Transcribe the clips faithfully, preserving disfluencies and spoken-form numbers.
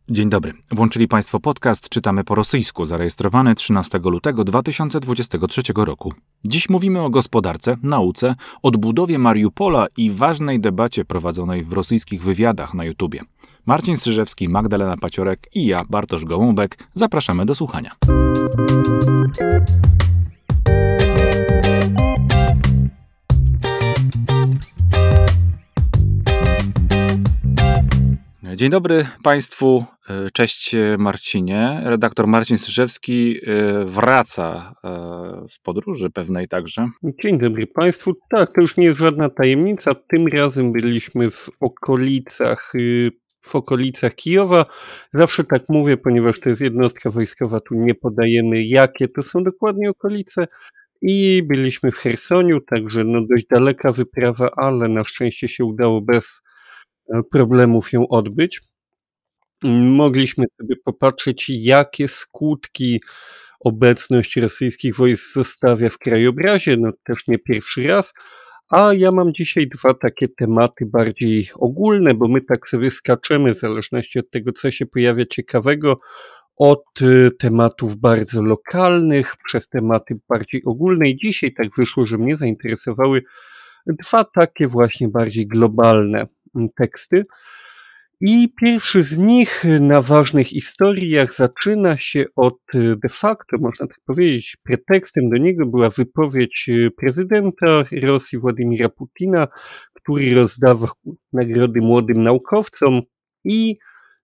Dzień dobry. Włączyli Państwo podcast Czytamy po rosyjsku, zarejestrowany trzynastego lutego dwa tysiące dwudziestego trzeciego roku. Dziś mówimy o gospodarce, nauce, odbudowie Mariupola i ważnej debacie prowadzonej w rosyjskich wywiadach na YouTubie. Marcin Strzyżewski, Magdalena Paciorek i ja, Bartosz Gołąbek, zapraszamy do słuchania. Dzień dobry Państwu, cześć Marcinie. Redaktor Marcin Strzyżewski wraca z podróży pewnej także. Dzień dobry Państwu. Tak, to już nie jest żadna tajemnica. Tym razem byliśmy w okolicach, w okolicach Kijowa. Zawsze tak mówię, ponieważ to jest jednostka wojskowa, tu nie podajemy, jakie to są dokładnie okolice. I byliśmy w Chersoniu, także no dość daleka wyprawa, ale na szczęście się udało bez problemów ją odbyć. Mogliśmy sobie popatrzeć, jakie skutki obecność rosyjskich wojsk zostawia w krajobrazie, no też nie pierwszy raz, a ja mam dzisiaj dwa takie tematy bardziej ogólne, bo my tak sobie skaczemy w zależności od tego, co się pojawia ciekawego, od tematów bardzo lokalnych przez tematy bardziej ogólne i dzisiaj tak wyszło, że mnie zainteresowały dwa takie właśnie bardziej globalne teksty. I pierwszy z nich na ważnych historiach zaczyna się od de facto, można tak powiedzieć, pretekstem do niego była wypowiedź prezydenta Rosji Władimira Putina, który rozdawał nagrody młodym naukowcom i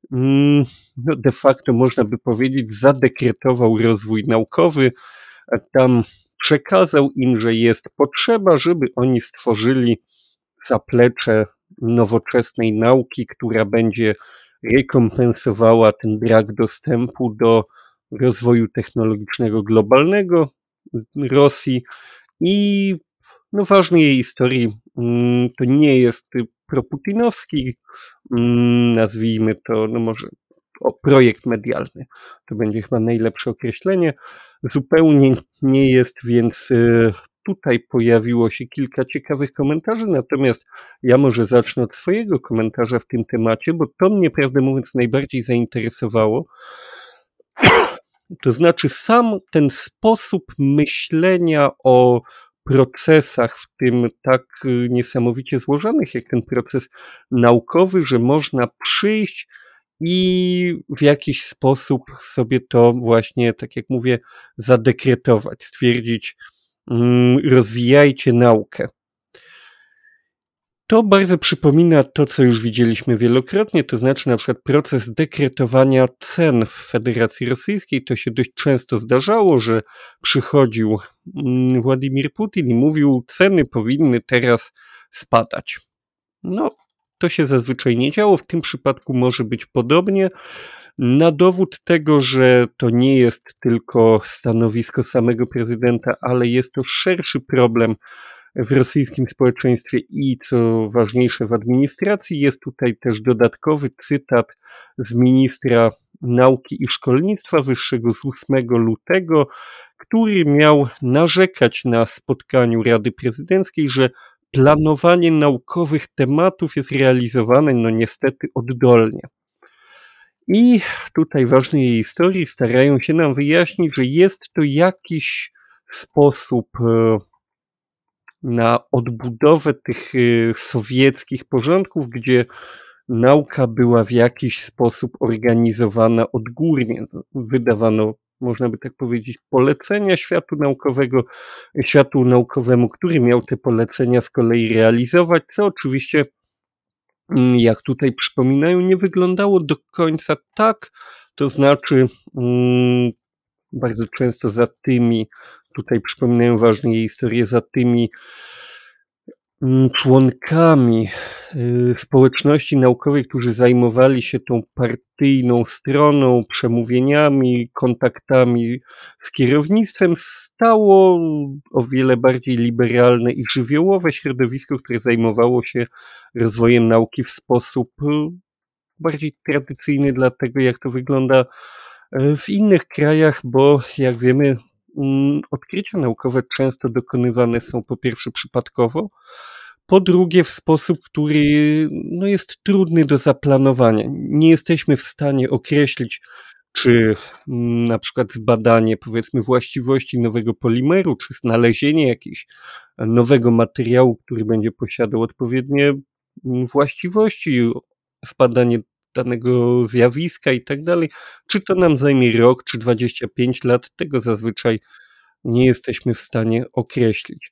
no de facto można by powiedzieć zadekretował rozwój naukowy. Tam przekazał im, że jest potrzeba, żeby oni stworzyli zaplecze nowoczesnej nauki, która będzie rekompensowała ten brak dostępu do rozwoju technologicznego globalnego Rosji. I no ważny jej historii to nie jest proputinowski, nazwijmy to, no może o projekt medialny. To będzie chyba najlepsze określenie. Zupełnie nie jest, więc tutaj pojawiło się kilka ciekawych komentarzy, natomiast ja może zacznę od swojego komentarza w tym temacie, bo to mnie, prawdę mówiąc, najbardziej zainteresowało. To znaczy sam ten sposób myślenia o procesach, w tym tak niesamowicie złożonych jak ten proces naukowy, że można przyjść i w jakiś sposób sobie to właśnie, tak jak mówię, zadekretować, stwierdzić, rozwijajcie naukę. To bardzo przypomina to, co już widzieliśmy wielokrotnie, to znaczy na przykład proces dekretowania cen w Federacji Rosyjskiej. To się dość często zdarzało, że przychodził Władimir Putin i mówił, ceny powinny teraz spadać. No, to się zazwyczaj nie działo, w tym przypadku może być podobnie. Na dowód tego, że to nie jest tylko stanowisko samego prezydenta, ale jest to szerszy problem w rosyjskim społeczeństwie i co ważniejsze w administracji, jest tutaj też dodatkowy cytat z ministra nauki i szkolnictwa wyższego z ósmego lutego, który miał narzekać na spotkaniu Rady Prezydenckiej, że planowanie naukowych tematów jest realizowane, no niestety, oddolnie. I tutaj ważne jej historii starają się nam wyjaśnić, że jest to jakiś sposób na odbudowę tych sowieckich porządków, gdzie nauka była w jakiś sposób organizowana odgórnie. Wydawano, można by tak powiedzieć, polecenia światu naukowego, światu naukowemu, który miał te polecenia z kolei realizować, co oczywiście, jak tutaj przypominają, nie wyglądało do końca tak, to znaczy hmm, bardzo często za tymi, tutaj przypominają ważne jej historie, za tymi hmm, członkami y, społeczności naukowej, którzy zajmowali się tą partyjną stroną, przemówieniami, kontaktami z kierownictwem, stało o wiele bardziej liberalne i żywiołowe środowisko, które zajmowało się rozwojem nauki w sposób bardziej tradycyjny dla tego, jak to wygląda w innych krajach, bo jak wiemy, odkrycia naukowe często dokonywane są po pierwsze przypadkowo, Po drugie, w sposób, który no, jest trudny do zaplanowania. Nie jesteśmy w stanie określić, czy mm, na przykład zbadanie, powiedzmy, właściwości nowego polimeru, czy znalezienie jakiegoś nowego materiału, który będzie posiadał odpowiednie mm, właściwości, zbadanie danego zjawiska i tak dalej, czy to nam zajmie rok, czy dwadzieścia pięć lat, tego zazwyczaj nie jesteśmy w stanie określić.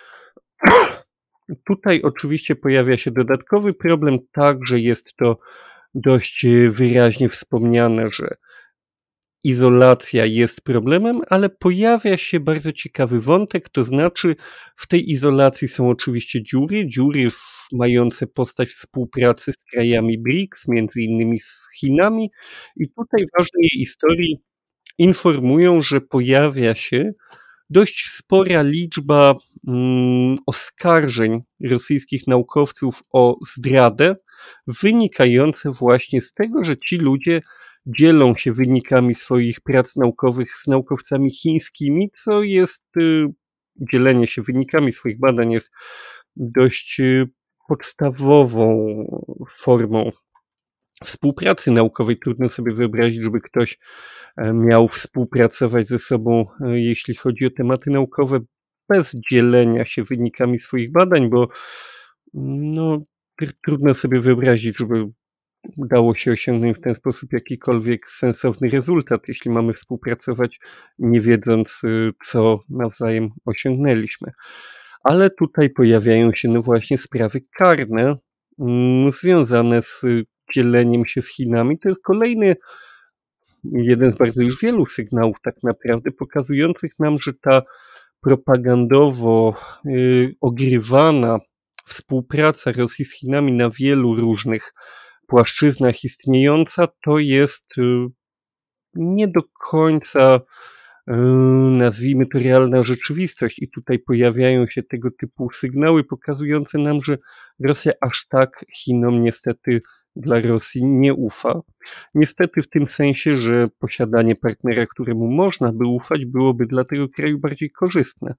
Tutaj oczywiście pojawia się dodatkowy problem, także jest to dość wyraźnie wspomniane, że izolacja jest problemem, ale pojawia się bardzo ciekawy wątek, to znaczy w tej izolacji są oczywiście dziury, dziury w, mające postać współpracy z krajami B R I C S, między innymi z Chinami, i tutaj ważne historii informują, że pojawia się dość spora liczba mm, oskarżeń rosyjskich naukowców o zdradę, wynikające właśnie z tego, że ci ludzie dzielą się wynikami swoich prac naukowych z naukowcami chińskimi, co jest, y, dzielenie się wynikami swoich badań jest dość y, podstawową formą współpracy naukowej. Trudno sobie wyobrazić, żeby ktoś miał współpracować ze sobą, jeśli chodzi o tematy naukowe, bez dzielenia się wynikami swoich badań, bo no, trudno sobie wyobrazić, żeby udało się osiągnąć w ten sposób jakikolwiek sensowny rezultat, jeśli mamy współpracować, nie wiedząc, co nawzajem osiągnęliśmy. Ale tutaj pojawiają się no właśnie sprawy karne mm, związane z dzieleniem się z Chinami. To jest kolejny, jeden z bardzo już wielu sygnałów tak naprawdę pokazujących nam, że ta propagandowo y, ogrywana współpraca Rosji z Chinami na wielu różnych płaszczyznach istniejąca, to jest y, nie do końca, y, nazwijmy to, realna rzeczywistość. I tutaj pojawiają się tego typu sygnały pokazujące nam, że Rosja aż tak Chinom niestety dla Rosji nie ufa. Niestety w tym sensie, że posiadanie partnera, któremu można by ufać, byłoby dla tego kraju bardziej korzystne.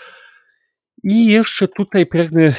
I jeszcze tutaj pragnę,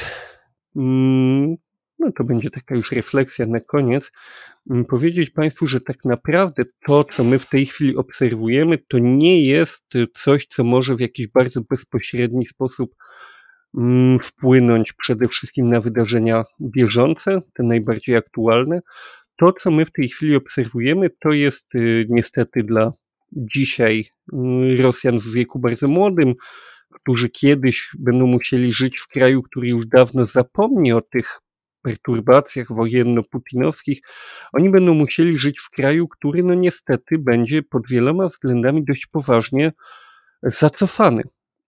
mm, no to będzie taka już refleksja na koniec, mm, powiedzieć Państwu, że tak naprawdę to, co my w tej chwili obserwujemy, to nie jest coś, co może w jakiś bardzo bezpośredni sposób mm, wpłynąć przede wszystkim na wydarzenia bieżące, te najbardziej aktualne. To, co my w tej chwili obserwujemy, to jest y, niestety dla dzisiaj y, Rosjan w wieku bardzo młodym, którzy kiedyś będą musieli żyć w kraju, który już dawno zapomni o tych perturbacjach wojenno-putinowskich. Oni będą musieli żyć w kraju, który no niestety będzie pod wieloma względami dość poważnie zacofany.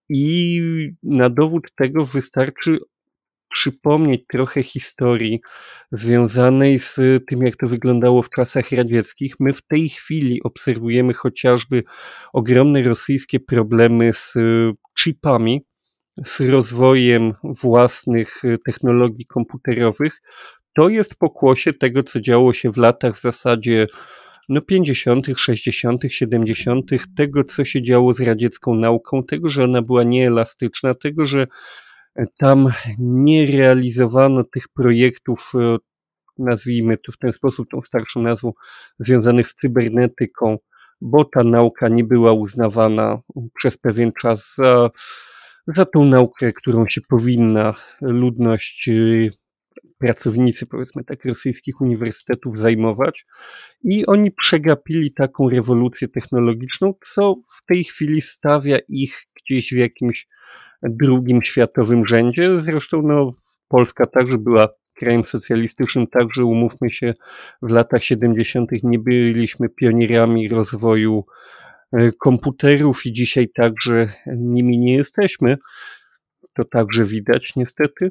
I na dowód tego wystarczy przypomnieć trochę historii związanej z tym, jak to wyglądało w czasach radzieckich. My w tej chwili obserwujemy chociażby ogromne rosyjskie problemy z chipami, z rozwojem własnych technologii komputerowych. To jest pokłosie tego, co działo się w latach w zasadzie no pięćdziesiątych, sześćdziesiątych, siedemdziesiątych, tego, co się działo z radziecką nauką, tego, że ona była nieelastyczna, tego, że tam nie realizowano tych projektów, nazwijmy to w ten sposób, tą starszą nazwą, związanych z cybernetyką, bo ta nauka nie była uznawana przez pewien czas za, za tą naukę, którą się powinna ludność, pracownicy, powiedzmy tak, rosyjskich uniwersytetów zajmować. I oni przegapili taką rewolucję technologiczną, co w tej chwili stawia ich gdzieś w jakimś drugim światowym rzędzie. Zresztą no, Polska także była krajem socjalistycznym, także umówmy się, w latach siedemdziesiątych nie byliśmy pionierami rozwoju komputerów i dzisiaj także nimi nie jesteśmy. To także widać niestety.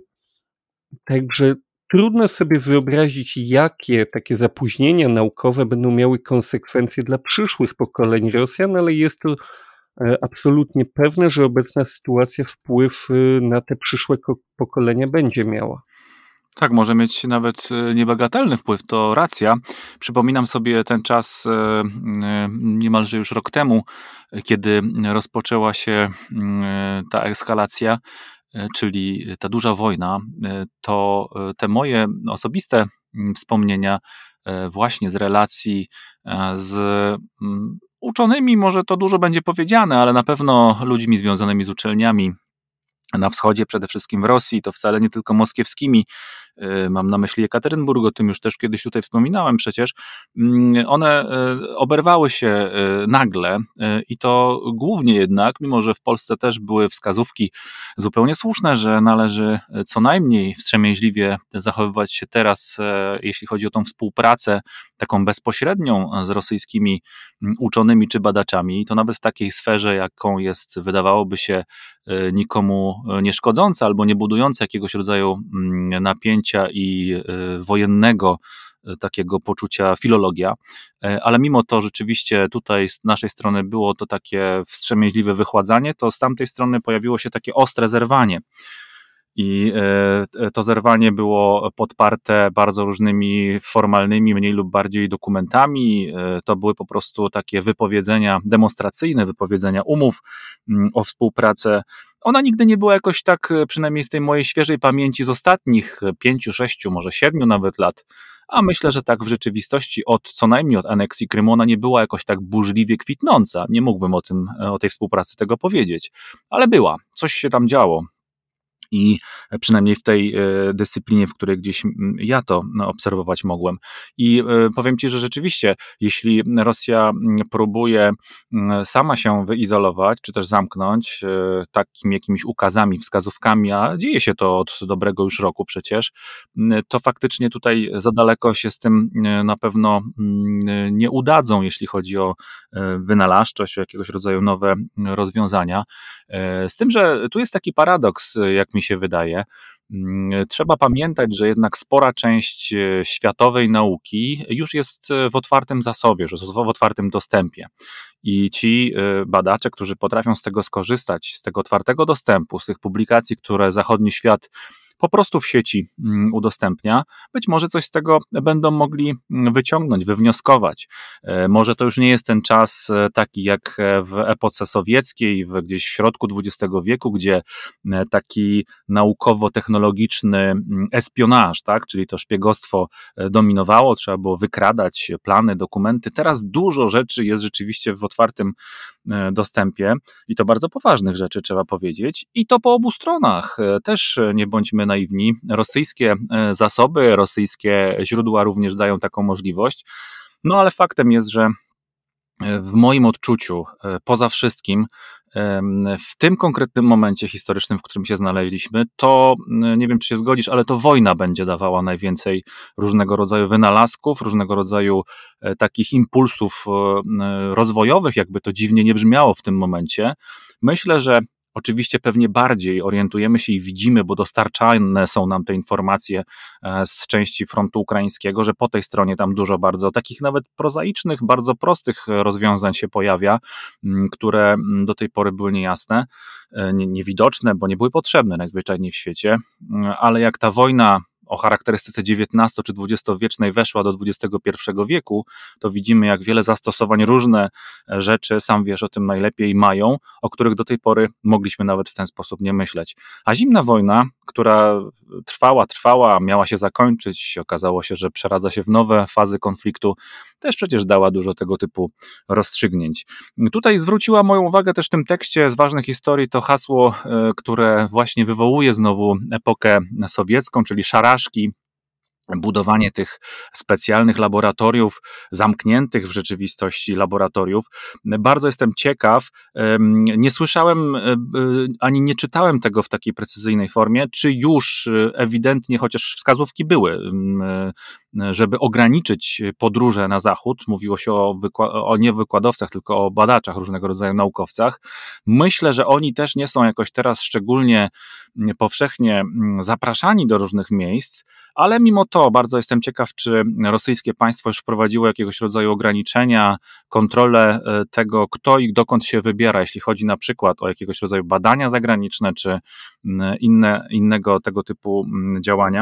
Także trudno sobie wyobrazić, jakie takie zapóźnienia naukowe będą miały konsekwencje dla przyszłych pokoleń Rosjan, ale jest to absolutnie pewne, że obecna sytuacja wpływ na te przyszłe pokolenia będzie miała. Tak, może mieć nawet niebagatelny wpływ, to racja. Przypominam sobie ten czas niemalże już rok temu, kiedy rozpoczęła się ta eskalacja czyli ta duża wojna, to te moje osobiste wspomnienia właśnie z relacji z uczonymi, może to dużo będzie powiedziane, ale na pewno ludźmi związanymi z uczelniami na wschodzie, przede wszystkim w Rosji, to wcale nie tylko moskiewskimi, mam na myśli Jekaterynburg, o tym już też kiedyś tutaj wspominałem przecież, one oberwały się nagle i to głównie jednak, mimo że w Polsce też były wskazówki zupełnie słuszne, że należy co najmniej wstrzemięźliwie zachowywać się teraz, jeśli chodzi o tą współpracę taką bezpośrednią z rosyjskimi uczonymi czy badaczami, to nawet w takiej sferze, jaką jest, wydawałoby się, nikomu nie szkodząca albo nie budująca jakiegoś rodzaju napięcia i wojennego takiego poczucia filologia, ale mimo to rzeczywiście tutaj z naszej strony było to takie wstrzemięźliwe wychładzanie, to z tamtej strony pojawiło się takie ostre zerwanie. I to zerwanie było podparte bardzo różnymi formalnymi, mniej lub bardziej dokumentami. To były po prostu takie wypowiedzenia demonstracyjne, wypowiedzenia umów o współpracę. Ona nigdy nie była jakoś tak, przynajmniej z tej mojej świeżej pamięci z ostatnich pięciu, sześciu, może siedmiu nawet lat, a myślę, że tak w rzeczywistości od co najmniej od aneksji Krymu ona nie była jakoś tak burzliwie kwitnąca. Nie mógłbym o tym, o tej współpracy tego powiedzieć, ale była, coś się tam działo. I przynajmniej w tej dyscyplinie, w której gdzieś ja to obserwować mogłem. I powiem Ci, że rzeczywiście, jeśli Rosja próbuje sama się wyizolować, czy też zamknąć takimi jakimiś ukazami, wskazówkami, a dzieje się to od dobrego już roku przecież, to faktycznie tutaj za daleko się z tym na pewno nie udadzą, jeśli chodzi o wynalazczość, o jakiegoś rodzaju nowe rozwiązania. Z tym, że tu jest taki paradoks, jak mi się wydaje. Trzeba pamiętać, że jednak spora część światowej nauki już jest w otwartym zasobie, że jest w otwartym dostępie. I ci badacze, którzy potrafią z tego skorzystać, z tego otwartego dostępu, z tych publikacji, które zachodni świat po prostu w sieci udostępnia, być może coś z tego będą mogli wyciągnąć, wywnioskować. Może to już nie jest ten czas taki jak w epoce sowieckiej, w gdzieś w środku dwudziestego wieku, gdzie taki naukowo-technologiczny espionaż, tak, czyli to szpiegostwo dominowało, trzeba było wykradać plany, dokumenty. Teraz dużo rzeczy jest rzeczywiście w otwartym dostępie i to bardzo poważnych rzeczy trzeba powiedzieć i to po obu stronach. Też nie bądźmy naiwni. Rosyjskie zasoby, rosyjskie źródła również dają taką możliwość. No ale faktem jest, że w moim odczuciu, poza wszystkim, w tym konkretnym momencie historycznym, w którym się znaleźliśmy, to nie wiem, czy się zgodzisz, ale to wojna będzie dawała najwięcej różnego rodzaju wynalazków, różnego rodzaju takich impulsów rozwojowych, jakby to dziwnie nie brzmiało w tym momencie. Myślę, że oczywiście pewnie bardziej orientujemy się i widzimy, bo dostarczane są nam te informacje z części frontu ukraińskiego, że po tej stronie tam dużo bardzo takich nawet prozaicznych, bardzo prostych rozwiązań się pojawia, które do tej pory były niejasne, niewidoczne, bo nie były potrzebne najzwyczajniej w świecie, ale jak ta wojna o charakterystyce dziewiętnasto- czy dwudziestowiecznej weszła do dwudziestego pierwszego wieku, to widzimy, jak wiele zastosowań różne rzeczy, sam wiesz o tym najlepiej, mają, o których do tej pory mogliśmy nawet w ten sposób nie myśleć. A zimna wojna, która trwała, trwała, miała się zakończyć, okazało się, że przeradza się w nowe fazy konfliktu, też przecież dała dużo tego typu rozstrzygnięć. Tutaj zwróciła moją uwagę też w tym tekście z ważnych historii to hasło, które właśnie wywołuje znowu epokę sowiecką, czyli szara budowanie tych specjalnych laboratoriów, zamkniętych w rzeczywistości laboratoriów. Bardzo jestem ciekaw, nie słyszałem ani nie czytałem tego w takiej precyzyjnej formie, czy już ewidentnie, chociaż wskazówki były, żeby ograniczyć podróże na zachód, mówiło się o, wykła- o nie wykładowcach, tylko o badaczach, różnego rodzaju naukowcach. Myślę, że oni też nie są jakoś teraz szczególnie powszechnie zapraszani do różnych miejsc, ale mimo to bardzo jestem ciekaw, czy rosyjskie państwo już wprowadziło jakiegoś rodzaju ograniczenia, kontrolę tego, kto i dokąd się wybiera, jeśli chodzi na przykład o jakiegoś rodzaju badania zagraniczne, czy inne, innego tego typu działania.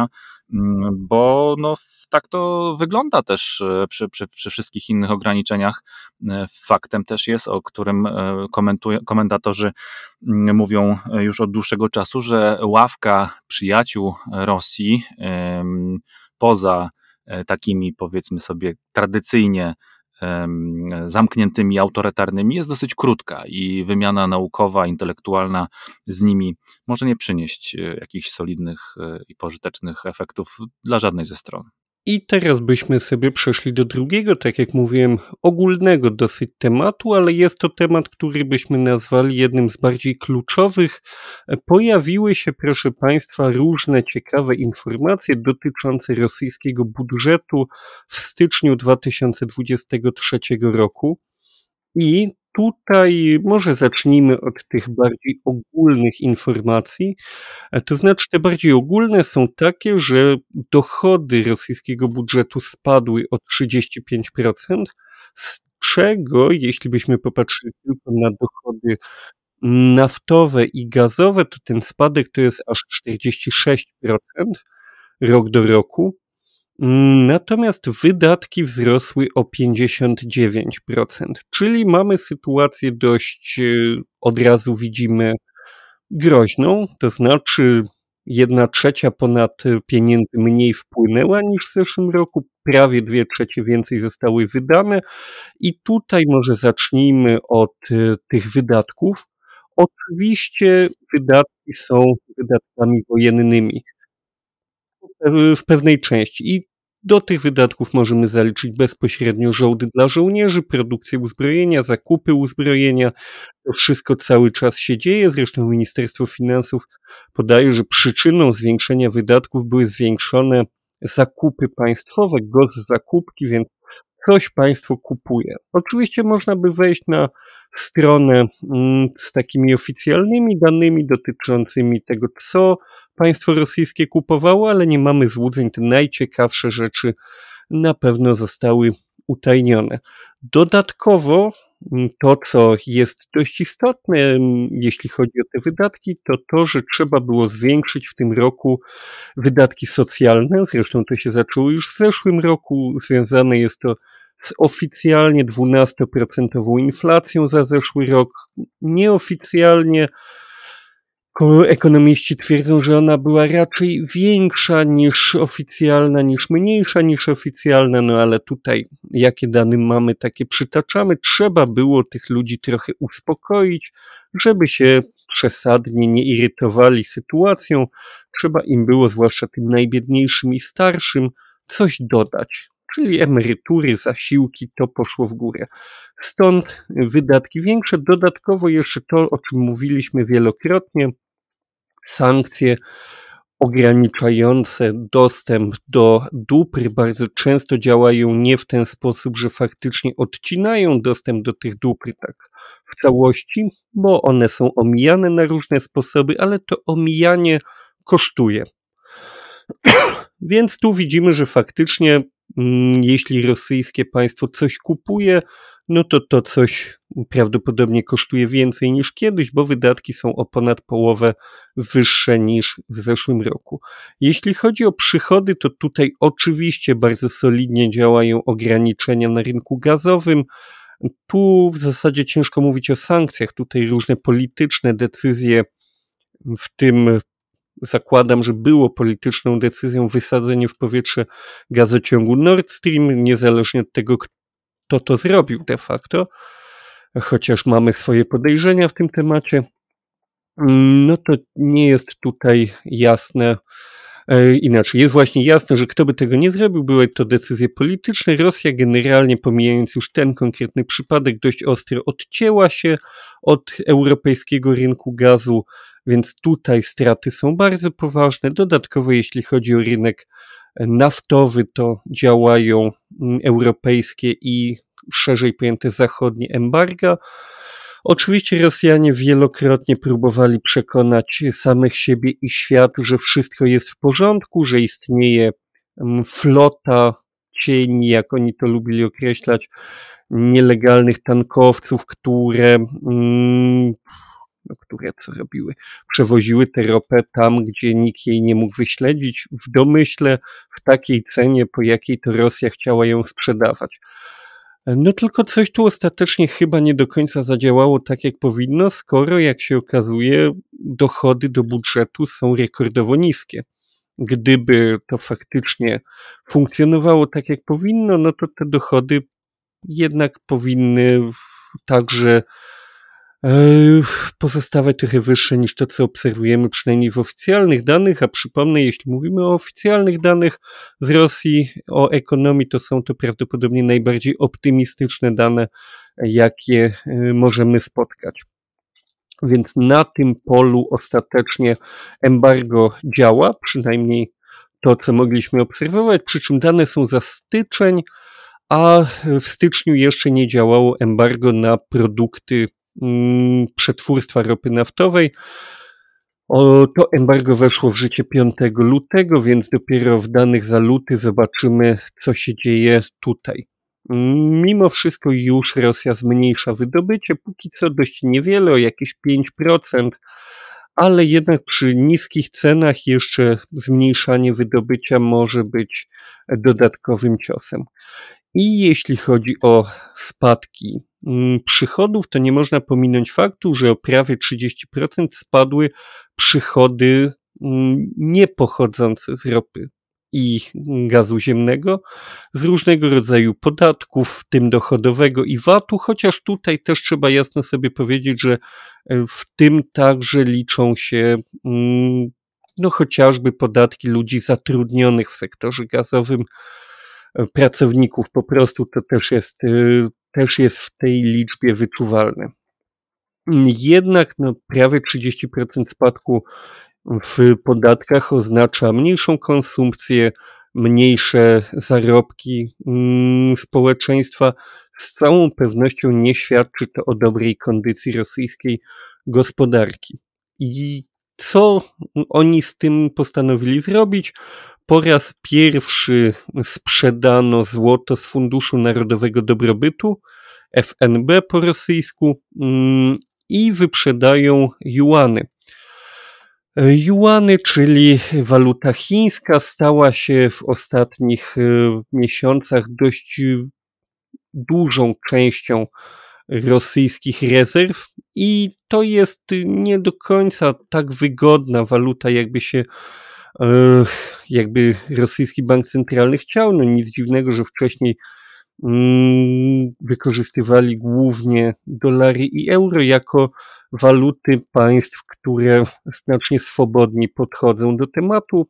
bo no, tak to wygląda też przy, przy, przy wszystkich innych ograniczeniach. Faktem też jest, o którym komentuje, komentatorzy mówią już od dłuższego czasu, że ławka przyjaciół Rosji poza takimi, powiedzmy sobie, tradycyjnie zamkniętymi, autorytarnymi jest dosyć krótka i wymiana naukowa, intelektualna z nimi może nie przynieść jakichś solidnych i pożytecznych efektów dla żadnej ze stron. I teraz byśmy sobie przeszli do drugiego, tak jak mówiłem, ogólnego dosyć tematu, ale jest to temat, który byśmy nazwali jednym z bardziej kluczowych. Pojawiły się, proszę Państwa, różne ciekawe informacje dotyczące rosyjskiego budżetu w styczniu dwa tysiące dwudziestego trzeciego roku. I tutaj może zacznijmy od tych bardziej ogólnych informacji. To znaczy te bardziej ogólne są takie, że dochody rosyjskiego budżetu spadły o trzydzieści pięć procent, z czego, jeśli byśmy popatrzyli tylko na dochody naftowe i gazowe, to ten spadek to jest aż czterdzieści sześć procent rok do roku. Natomiast wydatki wzrosły o pięćdziesiąt dziewięć procent, czyli mamy sytuację dość, od razu widzimy, groźną, to znaczy jedna trzecia ponad pieniędzy mniej wpłynęła niż w zeszłym roku, prawie dwie trzecie więcej zostały wydane i tutaj może zacznijmy od tych wydatków. Oczywiście wydatki są wydatkami wojennymi w pewnej części i do tych wydatków możemy zaliczyć bezpośrednio żołdy dla żołnierzy, produkcję uzbrojenia, zakupy uzbrojenia. To wszystko cały czas się dzieje. Zresztą Ministerstwo Finansów podaje, że przyczyną zwiększenia wydatków były zwiększone zakupy państwowe, goszczakupki, więc coś państwo kupuje. Oczywiście można by wejść na stronę z takimi oficjalnymi danymi dotyczącymi tego, co państwo rosyjskie kupowało, ale nie mamy złudzeń. Te najciekawsze rzeczy na pewno zostały utajnione. Dodatkowo to, co jest dość istotne, jeśli chodzi o te wydatki, to to, że trzeba było zwiększyć w tym roku wydatki socjalne. Zresztą to się zaczęło już w zeszłym roku. Związane jest to z oficjalnie dwunastoprocentową inflacją za zeszły rok. Nieoficjalnie ekonomiści twierdzą, że ona była raczej większa niż oficjalna, niż mniejsza niż oficjalna, no ale tutaj jakie dane mamy, takie przytaczamy. Trzeba było tych ludzi trochę uspokoić, żeby się przesadnie nie irytowali sytuacją. Trzeba im było, zwłaszcza tym najbiedniejszym i starszym, coś dodać. Czyli emerytury, zasiłki, to poszło w górę. Stąd wydatki większe. Dodatkowo jeszcze to, o czym mówiliśmy wielokrotnie, sankcje ograniczające dostęp do dóbr bardzo często działają nie w ten sposób, że faktycznie odcinają dostęp do tych dóbr tak w całości, bo one są omijane na różne sposoby, ale to omijanie kosztuje. Więc tu widzimy, że faktycznie jeśli rosyjskie państwo coś kupuje, no to to coś prawdopodobnie kosztuje więcej niż kiedyś, bo wydatki są o ponad połowę wyższe niż w zeszłym roku. Jeśli chodzi o przychody, to tutaj oczywiście bardzo solidnie działają ograniczenia na rynku gazowym. Tu w zasadzie ciężko mówić o sankcjach, tutaj różne polityczne decyzje, w tym zakładam, że było polityczną decyzją wysadzenie w powietrze gazociągu Nord Stream, niezależnie od tego, kto to zrobił de facto, chociaż mamy swoje podejrzenia w tym temacie, no to nie jest tutaj jasne, e, inaczej, jest właśnie jasne, że kto by tego nie zrobił, były to decyzje polityczne. Rosja generalnie, pomijając już ten konkretny przypadek, dość ostro odcięła się od europejskiego rynku gazu, więc tutaj straty są bardzo poważne. Dodatkowo jeśli chodzi o rynek naftowy, to działają europejskie i szerzej pojęte zachodnie embarga. Oczywiście Rosjanie wielokrotnie próbowali przekonać samych siebie i świat, że wszystko jest w porządku, że istnieje flota cieni, jak oni to lubili określać, nielegalnych tankowców, które no, które co robiły? Przewoziły tę ropę tam, gdzie nikt jej nie mógł wyśledzić, w domyśle w takiej cenie, po jakiej to Rosja chciała ją sprzedawać. No tylko coś tu ostatecznie chyba nie do końca zadziałało tak, jak powinno, skoro, jak się okazuje, dochody do budżetu są rekordowo niskie. Gdyby to faktycznie funkcjonowało tak, jak powinno, no to te dochody jednak powinny także pozostawać trochę wyższe niż to, co obserwujemy przynajmniej w oficjalnych danych, a przypomnę, jeśli mówimy o oficjalnych danych z Rosji o ekonomii, to są to prawdopodobnie najbardziej optymistyczne dane, jakie możemy spotkać. Więc na tym polu ostatecznie embargo działa, przynajmniej to, co mogliśmy obserwować, przy czym dane są za styczeń, a w styczniu jeszcze nie działało embargo na produkty mm, przetwórstwa ropy naftowej. O, to embargo weszło w życie piątego lutego, więc dopiero w danych za luty zobaczymy, co się dzieje tutaj. Mimo wszystko już Rosja zmniejsza wydobycie, póki co dość niewiele, o jakieś pięć procent, ale jednak przy niskich cenach jeszcze zmniejszanie wydobycia może być dodatkowym ciosem. I jeśli chodzi o spadki przychodów, to nie można pominąć faktu, że o prawie trzydzieści procent spadły przychody nie pochodzące z ropy i gazu ziemnego, z różnego rodzaju podatków, w tym dochodowego i vatu, chociaż tutaj też trzeba jasno sobie powiedzieć, że w tym także liczą się no chociażby podatki ludzi zatrudnionych w sektorze gazowym, pracowników, po prostu to też jest, też jest w tej liczbie wyczuwalne. Jednak no, prawie trzydzieści procent spadku w podatkach oznacza mniejszą konsumpcję, mniejsze zarobki mm, społeczeństwa. Z całą pewnością nie świadczy to o dobrej kondycji rosyjskiej gospodarki. I co oni z tym postanowili zrobić? Po raz pierwszy sprzedano złoto z Funduszu Narodowego Dobrobytu, F N B po rosyjsku, mm, i wyprzedają juany. Juany, czyli waluta chińska, stała się w ostatnich miesiącach dość dużą częścią rosyjskich rezerw i to jest nie do końca tak wygodna waluta, jakby się jakby rosyjski bank centralny chciał. No nic dziwnego, że wcześniej mm, wykorzystywali głównie dolary i euro jako waluty państw, które znacznie swobodniej podchodzą do tematu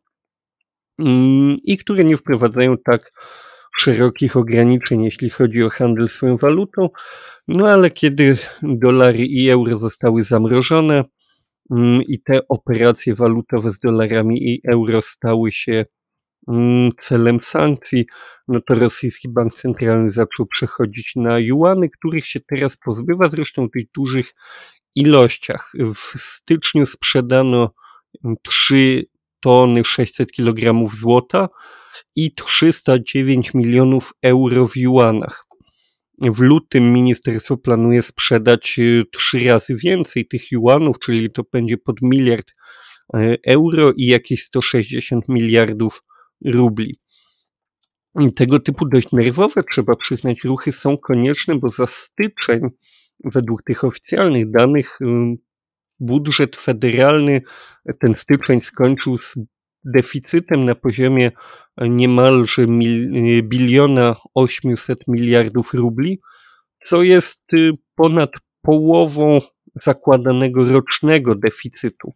mm, i które nie wprowadzają tak szerokich ograniczeń, jeśli chodzi o handel swoją walutą. No ale kiedy dolary i euro zostały zamrożone mm, i te operacje walutowe z dolarami i euro stały się mm, celem sankcji, no to rosyjski bank centralny zaczął przechodzić na juany, których się teraz pozbywa, zresztą w tych dużych ilościach. W styczniu sprzedano trzy tony sześćset kilogramów złota i trzysta dziewięć milionów euro w juanach. W lutym ministerstwo planuje sprzedać trzy razy więcej tych juanów, czyli to będzie pod miliard euro i jakieś sto sześćdziesiąt miliardów rubli. Tego typu dość nerwowe, trzeba przyznać, ruchy są konieczne, bo za styczeń, według tych oficjalnych danych, budżet federalny ten styczeń skończył z deficytem na poziomie niemalże mil, biliona osiemset miliardów rubli, co jest ponad połową zakładanego rocznego deficytu.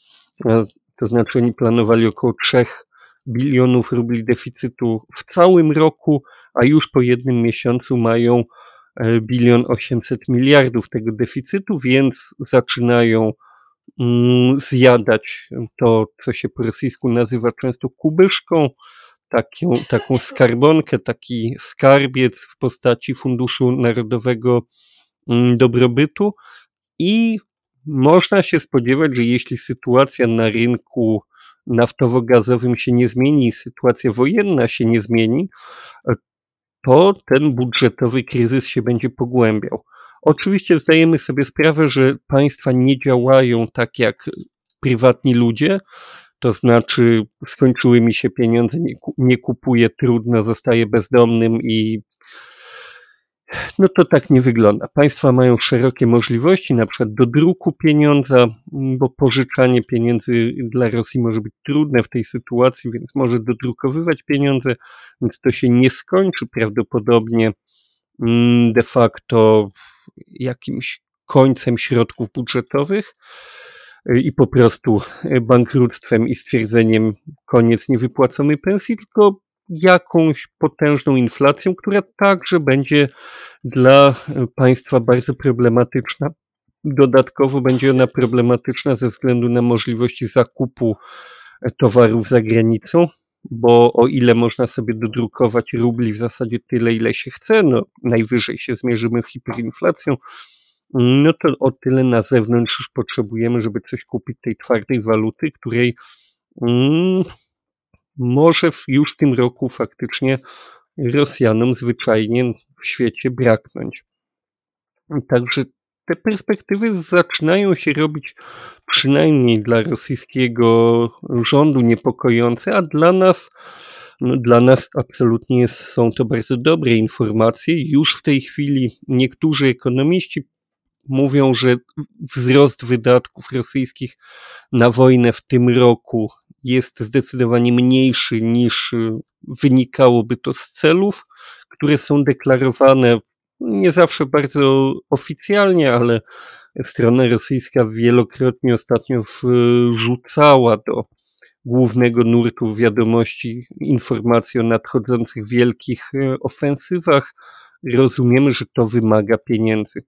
To znaczy oni planowali około trzech bilionów rubli deficytu w całym roku, a już po jednym miesiącu mają bilion osiemset miliardów tego deficytu, więc zaczynają mm, zjadać to, co się po rosyjsku nazywa często kubyszką, taką, taką skarbonkę, taki skarbiec w postaci Funduszu Narodowego Dobrobytu i można się spodziewać, że jeśli sytuacja na rynku naftowo-gazowym się nie zmieni, sytuacja wojenna się nie zmieni, to ten budżetowy kryzys się będzie pogłębiał. Oczywiście zdajemy sobie sprawę, że państwa nie działają tak jak prywatni ludzie, to znaczy skończyły mi się pieniądze, nie, nie kupuję, trudno, zostaję bezdomnym i no to tak nie wygląda. Państwa mają szerokie możliwości, na przykład do druku pieniądza, bo pożyczanie pieniędzy dla Rosji może być trudne w tej sytuacji, więc może dodrukowywać pieniądze, więc to się nie skończy prawdopodobnie de facto jakimś końcem środków budżetowych i po prostu bankructwem i stwierdzeniem koniec niewypłaconej pensji, tylko jakąś potężną inflacją, która także będzie dla państwa bardzo problematyczna. Dodatkowo będzie ona problematyczna ze względu na możliwości zakupu towarów za granicą, bo o ile można sobie dodrukować rubli w zasadzie tyle, ile się chce, no najwyżej się zmierzymy z hiperinflacją, no to o tyle na zewnątrz już potrzebujemy, żeby coś kupić tej twardej waluty, której mm, może już w tym roku faktycznie Rosjanom zwyczajnie w świecie braknąć. Także te perspektywy zaczynają się robić przynajmniej dla rosyjskiego rządu niepokojące, a dla nas, no dla nas absolutnie jest, są to bardzo dobre informacje. Już w tej chwili niektórzy ekonomiści mówią, że wzrost wydatków rosyjskich na wojnę w tym roku jest zdecydowanie mniejszy niż wynikałoby to z celów, które są deklarowane nie zawsze bardzo oficjalnie, ale strona rosyjska wielokrotnie ostatnio wrzucała do głównego nurtu wiadomości informacji o nadchodzących wielkich ofensywach. Rozumiemy, że to wymaga pieniędzy.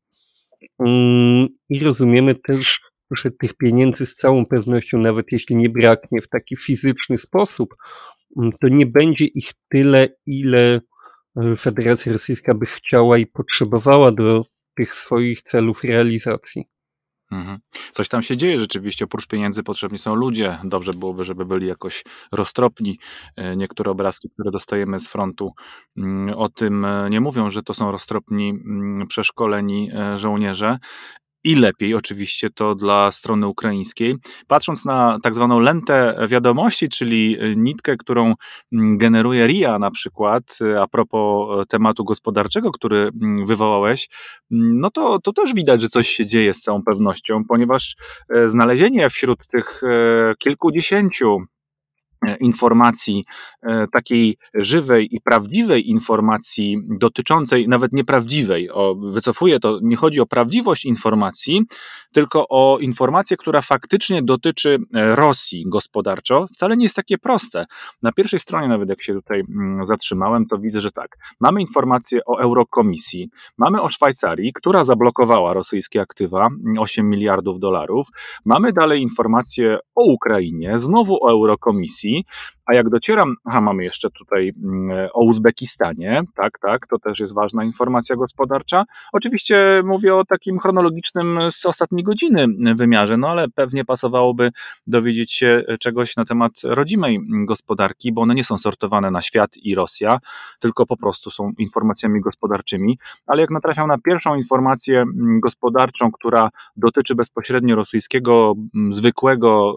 I rozumiemy też, że tych pieniędzy z całą pewnością, nawet jeśli nie braknie w taki fizyczny sposób, to nie będzie ich tyle, ile Federacja Rosyjska by chciała i potrzebowała do tych swoich celów realizacji. Mhm. Coś tam się dzieje rzeczywiście, oprócz pieniędzy potrzebni są ludzie. Dobrze byłoby, żeby byli jakoś roztropni. Niektóre obrazki, które dostajemy z frontu, o tym nie mówią, że to są roztropni, przeszkoleni żołnierze. I lepiej oczywiście to dla strony ukraińskiej. Patrząc na tak zwaną lentę wiadomości, czyli nitkę, którą generuje R I A na przykład, a propos tematu gospodarczego, który wywołałeś, no to, to też widać, że coś się dzieje z całą pewnością, ponieważ znalezienie wśród tych kilkudziesięciu informacji, takiej żywej i prawdziwej informacji dotyczącej, nawet nieprawdziwej, o, wycofuję to, nie chodzi o prawdziwość informacji, tylko o informację, która faktycznie dotyczy Rosji gospodarczo, wcale nie jest takie proste. Na pierwszej stronie, nawet jak się tutaj zatrzymałem, to widzę, że tak, mamy informację o Eurokomisji, mamy o Szwajcarii, która zablokowała rosyjskie aktywa, osiem miliardów dolarów, mamy dalej informację o Ukrainie, znowu o Eurokomisji, a jak docieram, aha, mamy jeszcze tutaj o Uzbekistanie, tak, tak, to też jest ważna informacja gospodarcza. Oczywiście mówię o takim chronologicznym z ostatniej godziny wymiarze, no ale pewnie pasowałoby dowiedzieć się czegoś na temat rodzimej gospodarki, bo one nie są sortowane na świat i Rosja, tylko po prostu są informacjami gospodarczymi, ale jak natrafiam na pierwszą informację gospodarczą, która dotyczy bezpośrednio rosyjskiego, zwykłego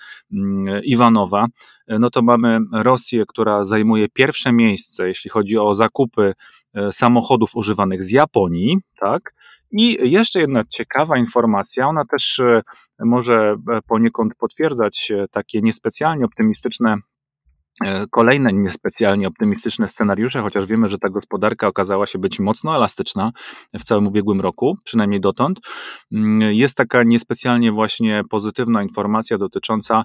Iwanowa, no to mamy Rosję, która zajmuje pierwsze miejsce, jeśli chodzi o zakupy samochodów używanych z Japonii, tak? I jeszcze jedna ciekawa informacja, ona też może poniekąd potwierdzać takie niespecjalnie optymistyczne kolejne niespecjalnie optymistyczne scenariusze, chociaż wiemy, że ta gospodarka okazała się być mocno elastyczna w całym ubiegłym roku, przynajmniej dotąd. Jest taka niespecjalnie właśnie pozytywna informacja dotycząca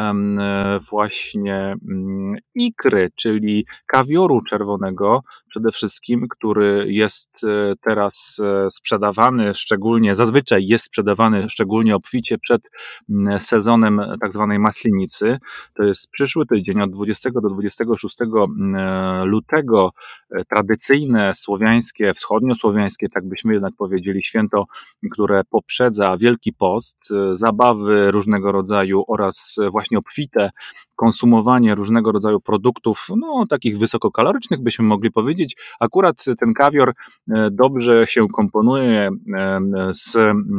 właśnie ikry, czyli kawioru czerwonego przede wszystkim, który jest teraz sprzedawany szczególnie, zazwyczaj jest sprzedawany szczególnie obficie przed sezonem tak zwanej maslinicy. To jest przyszły tydzień od dwudziestego dwudziestego do dwudziestego szóstego lutego tradycyjne słowiańskie, wschodniosłowiańskie, tak byśmy jednak powiedzieli, święto, które poprzedza Wielki Post, zabawy różnego rodzaju oraz właśnie obfite konsumowanie różnego rodzaju produktów, no takich wysokokalorycznych byśmy mogli powiedzieć. Akurat ten kawior dobrze się komponuje z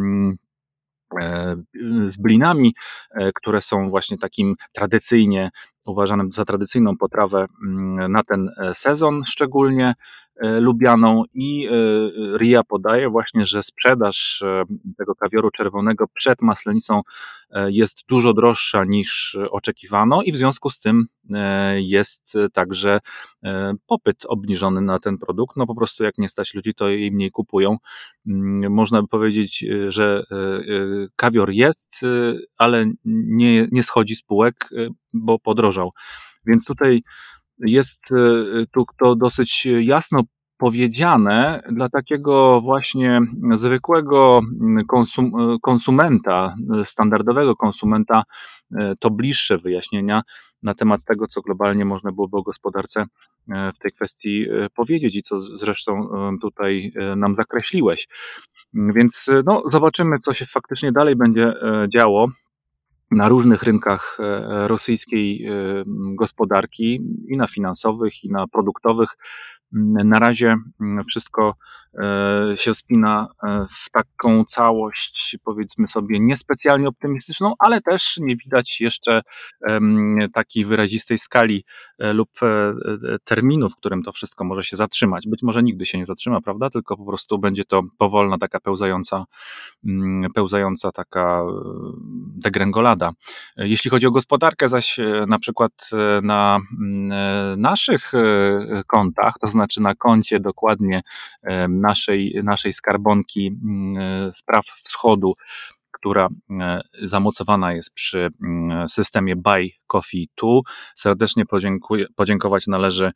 z blinami, które są właśnie takim tradycyjnie uważanym za tradycyjną potrawę na ten sezon szczególnie lubianą i R I A podaje właśnie, że sprzedaż tego kawioru czerwonego przed Maslenicą jest dużo droższa niż oczekiwano i w związku z tym jest także popyt obniżony na ten produkt. No po prostu jak nie stać ludzi, to jej mniej kupują. Można by powiedzieć, że kawior jest, ale nie, nie schodzi z półek, bo podrożał. Więc tutaj jest tu to dosyć jasno powiedziane dla takiego właśnie zwykłego konsum, konsumenta, standardowego konsumenta, to bliższe wyjaśnienia na temat tego, co globalnie można byłoby o gospodarce w tej kwestii powiedzieć i co zresztą tutaj nam zakreśliłeś. Więc no, zobaczymy, co się faktycznie dalej będzie działo na różnych rynkach rosyjskiej gospodarki, i na finansowych, i na produktowych. Na razie wszystko się spina w taką całość, powiedzmy sobie, niespecjalnie optymistyczną, ale też nie widać jeszcze takiej wyrazistej skali lub terminu, w którym to wszystko może się zatrzymać. Być może nigdy się nie zatrzyma, prawda? Tylko po prostu będzie to powolna, taka pełzająca, pełzająca taka degrengolada. Jeśli chodzi o gospodarkę, zaś na przykład na naszych kontach, to znaczy na koncie dokładnie naszej, naszej skarbonki spraw wschodu, która zamocowana jest przy systemie Buy Coffee dwa. Serdecznie podziękuję, podziękować należy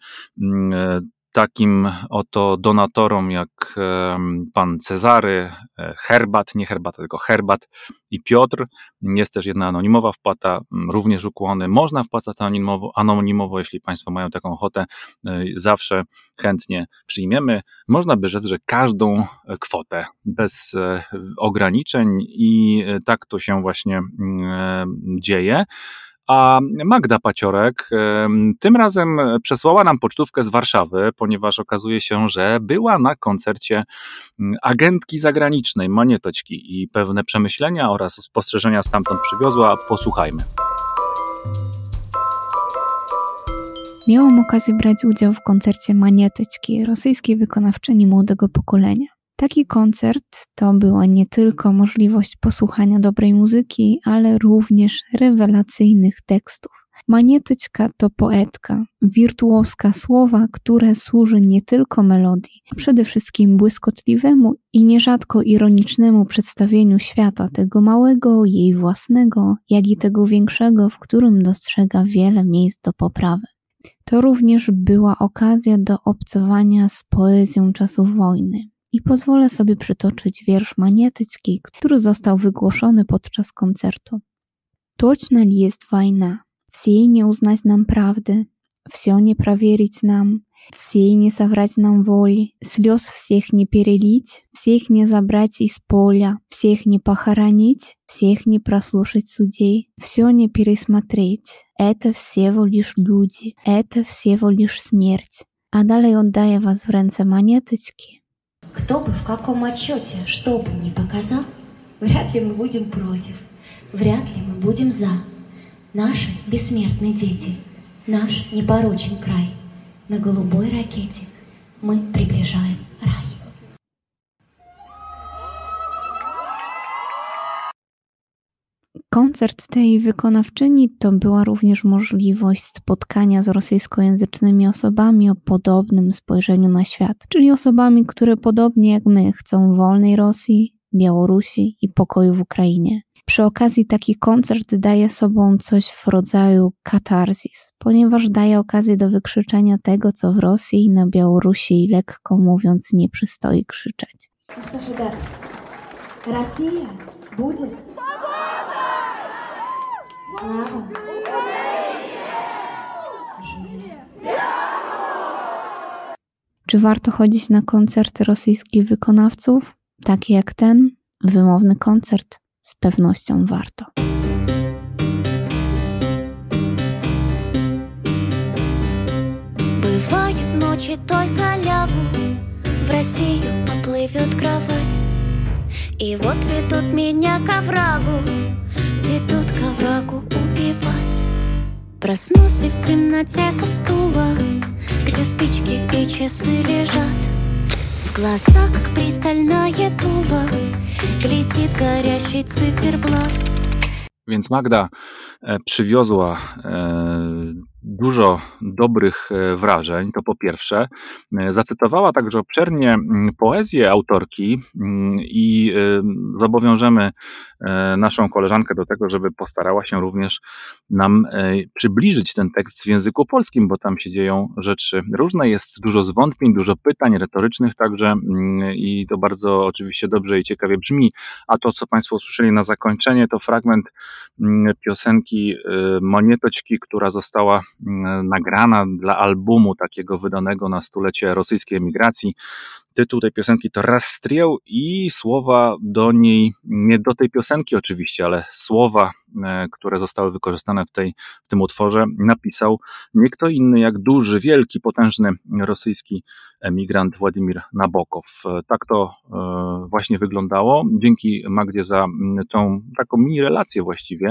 takim oto donatorom jak pan Cezary, Herbat, nie Herbata, tylko Herbat i Piotr. Jest też jedna anonimowa wpłata, również ukłony. Można wpłacać anonimowo, anonimowo, jeśli państwo mają taką ochotę, zawsze chętnie przyjmiemy. Można by rzec, że każdą kwotę, bez ograniczeń, i tak to się właśnie dzieje. A Magda Paciorek tym razem przesłała nam pocztówkę z Warszawy, ponieważ okazuje się, że była na koncercie agentki zagranicznej Manietoćki i pewne przemyślenia oraz spostrzeżenia stamtąd przywiozła. Posłuchajmy. Miałam okazję brać udział w koncercie Manietoćki, rosyjskiej wykonawczyni młodego pokolenia. Taki koncert to była nie tylko możliwość posłuchania dobrej muzyki, ale również rewelacyjnych tekstów. Manietoćka to poetka, wirtuoska słowa, które służy nie tylko melodii, a przede wszystkim błyskotliwemu i nierzadko ironicznemu przedstawieniu świata, tego małego, jej własnego, jak i tego większego, w którym dostrzega wiele miejsc do poprawy. To również była okazja do obcowania z poezją czasów wojny. I pozwolę sobie przytoczyć wiersz Manietoćki, który został wygłoszony podczas koncertu. Точно ли есть война? Всей не узнать нам правды, все не проверить нам, всей не соврать нам воли, слез всех не перелить, всех не забрать из поля, всех не похоронить, всех не прослушать судей, все не пересмотреть. Это всего лишь люди, это всего лишь смерть. A dalej oddaję was w ręce Manietoćki. Кто бы в каком отчете что бы ни показал, вряд ли мы будем против, вряд ли мы будем за. Наши бессмертные дети, наш непорочен край. На голубой ракете мы приближаем рай. Koncert tej wykonawczyni to była również możliwość spotkania z rosyjskojęzycznymi osobami o podobnym spojrzeniu na świat, czyli osobami, które podobnie jak my chcą wolnej Rosji, Białorusi i pokoju w Ukrainie. Przy okazji taki koncert daje sobą coś w rodzaju katarzis, ponieważ daje okazję do wykrzyczenia tego, co w Rosji i na Białorusi, lekko mówiąc, nie przystoi krzyczeć. Rosja będzie Слава Czy warto chodzić na koncerty rosyjskich wykonawców, takie jak ten wymowny koncert? Z pewnością warto. Бывают ночи, только лягу, в Россию поплывет кровать. И вот ведут меня к оврагу, ведут к оврагу убивать. Проснусь и в темноте со стула, где спички и часы лежат. В глазах, как пристальное дуло, глядит горящий циферблат. Więc Magda przywiozła dużo dobrych wrażeń, to po pierwsze. Zacytowała także obszernie poezję autorki i zobowiążemy naszą koleżankę do tego, żeby postarała się również nam przybliżyć ten tekst w języku polskim, bo tam się dzieją rzeczy różne, jest dużo zwątpień, dużo pytań retorycznych także i to bardzo oczywiście dobrze i ciekawie brzmi, a to, co Państwo usłyszeli na zakończenie, to fragment piosenki Monietoćki, która została nagrana dla albumu takiego wydanego na stulecie rosyjskiej emigracji. Tytuł tej piosenki to Rozstrzał i słowa do niej, nie do tej piosenki oczywiście, ale słowa, które zostały wykorzystane w, tej, w tym utworze, napisał nie kto inny jak duży, wielki, potężny rosyjski emigrant Władimir Nabokow. Tak to właśnie wyglądało. Dzięki Magdzie za tą taką mini relację właściwie.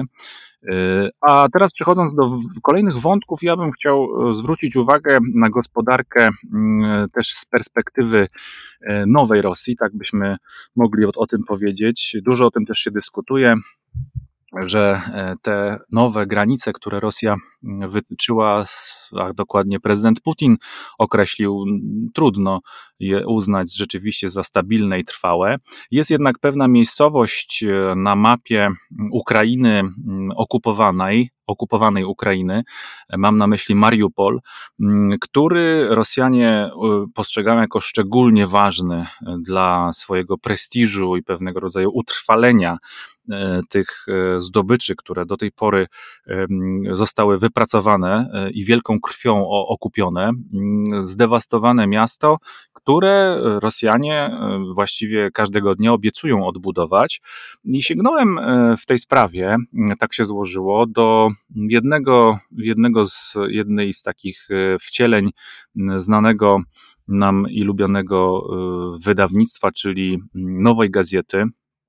A teraz przechodząc do kolejnych wątków, ja bym chciał zwrócić uwagę na gospodarkę też z perspektywy nowej Rosji, tak byśmy mogli o, o tym powiedzieć. Dużo o tym też się dyskutuje, że te nowe granice, które Rosja wytyczyła, a dokładnie prezydent Putin określił, trudno je uznać rzeczywiście za stabilne i trwałe. Jest jednak pewna miejscowość na mapie Ukrainy okupowanej, okupowanej Ukrainy, mam na myśli Mariupol, który Rosjanie postrzegają jako szczególnie ważny dla swojego prestiżu i pewnego rodzaju utrwalenia tych zdobyczy, które do tej pory zostały wypracowane i wielką krwią okupione, zdewastowane miasto, które Rosjanie właściwie każdego dnia obiecują odbudować. I sięgnąłem w tej sprawie, tak się złożyło, do jednego, jednego z, jednej z takich wcieleń znanego nam i lubianego wydawnictwa, czyli Nowej Gazety.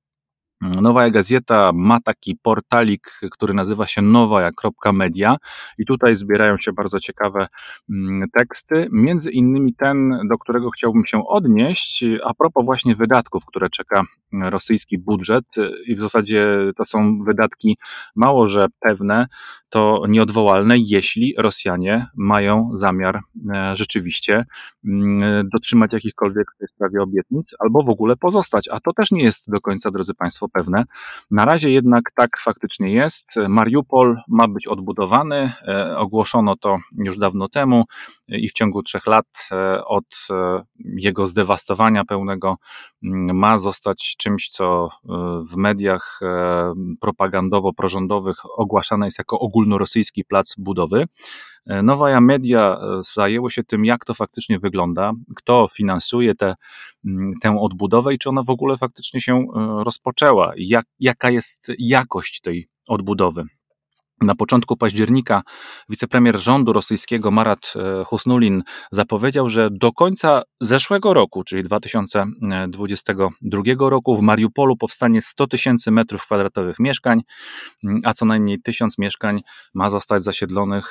Nowa Gazeta ma taki portalik, który nazywa się nowaja kropka media i tutaj zbierają się bardzo ciekawe teksty, między innymi ten, do którego chciałbym się odnieść, a propos właśnie wydatków, które czeka rosyjski budżet i w zasadzie to są wydatki mało że pewne, to nieodwołalne, jeśli Rosjanie mają zamiar rzeczywiście dotrzymać jakichkolwiek w tej sprawie obietnic albo w ogóle pozostać, a to też nie jest do końca, drodzy Państwo, pewne. Na razie jednak tak faktycznie jest. Mariupol ma być odbudowany, ogłoszono to już dawno temu i w ciągu trzech lat od jego zdewastowania pełnego ma zostać czymś, co w mediach propagandowo-prorządowych ogłaszane jest jako ogólnorosyjski plac budowy. Nowaja Media zajęło się tym, jak to faktycznie wygląda, kto finansuje te, tę odbudowę i czy ona w ogóle faktycznie się rozpoczęła, jak, jaka jest jakość tej odbudowy. Na początku października wicepremier rządu rosyjskiego Marat Husnulin zapowiedział, że do końca zeszłego roku, czyli dwa tysiące dwudziestego drugiego roku, w Mariupolu powstanie sto tysięcy metrów kwadratowych mieszkań, a co najmniej tysiąc mieszkań ma zostać zasiedlonych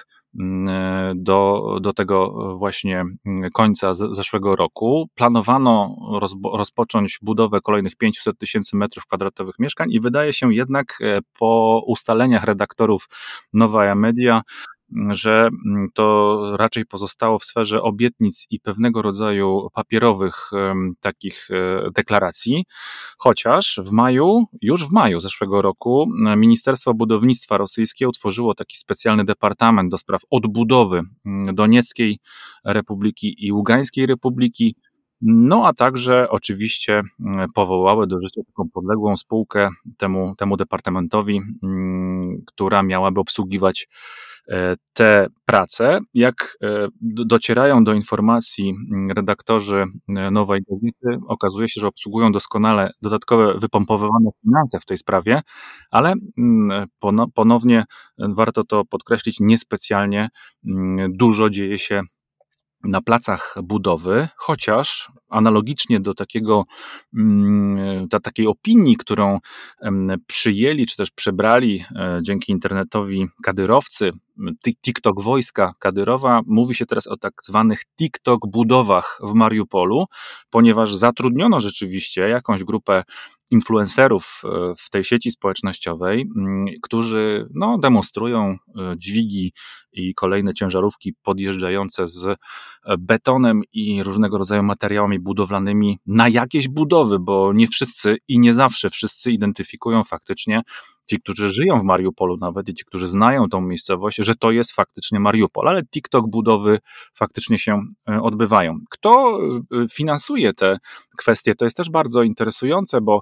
do, do tego właśnie końca z, zeszłego roku. Planowano rozbo, rozpocząć budowę kolejnych pięćset tysięcy metrów kwadratowych mieszkań i wydaje się jednak po ustaleniach redaktorów Nowaja Media, że to raczej pozostało w sferze obietnic i pewnego rodzaju papierowych takich deklaracji, chociaż w maju, już w maju zeszłego roku Ministerstwo Budownictwa rosyjskie utworzyło taki specjalny departament do spraw odbudowy Donieckiej Republiki i Ługańskiej Republiki, no a także oczywiście powołały do życia taką podległą spółkę temu, temu departamentowi, która miałaby obsługiwać te prace. Jak docierają do informacji redaktorzy Nowej Gazety, okazuje się, że obsługują doskonale dodatkowe wypompowywane finanse w tej sprawie, ale ponownie warto to podkreślić, niespecjalnie dużo dzieje się na placach budowy, chociaż analogicznie do takiego, do takiej opinii, którą przyjęli, czy też przebrali dzięki internetowi kadyrowcy, TikTok wojska Kadyrowa, mówi się teraz o tak zwanych TikTok budowach w Mariupolu, ponieważ zatrudniono rzeczywiście jakąś grupę influencerów w tej sieci społecznościowej, którzy no, demonstrują dźwigi i kolejne ciężarówki podjeżdżające z betonem i różnego rodzaju materiałami budowlanymi na jakieś budowy, bo nie wszyscy i nie zawsze wszyscy identyfikują faktycznie, ci, którzy żyją w Mariupolu nawet i ci, którzy znają tą miejscowość, że to jest faktycznie Mariupol, ale TikTok budowy faktycznie się odbywają. Kto finansuje te kwestie? To jest też bardzo interesujące, bo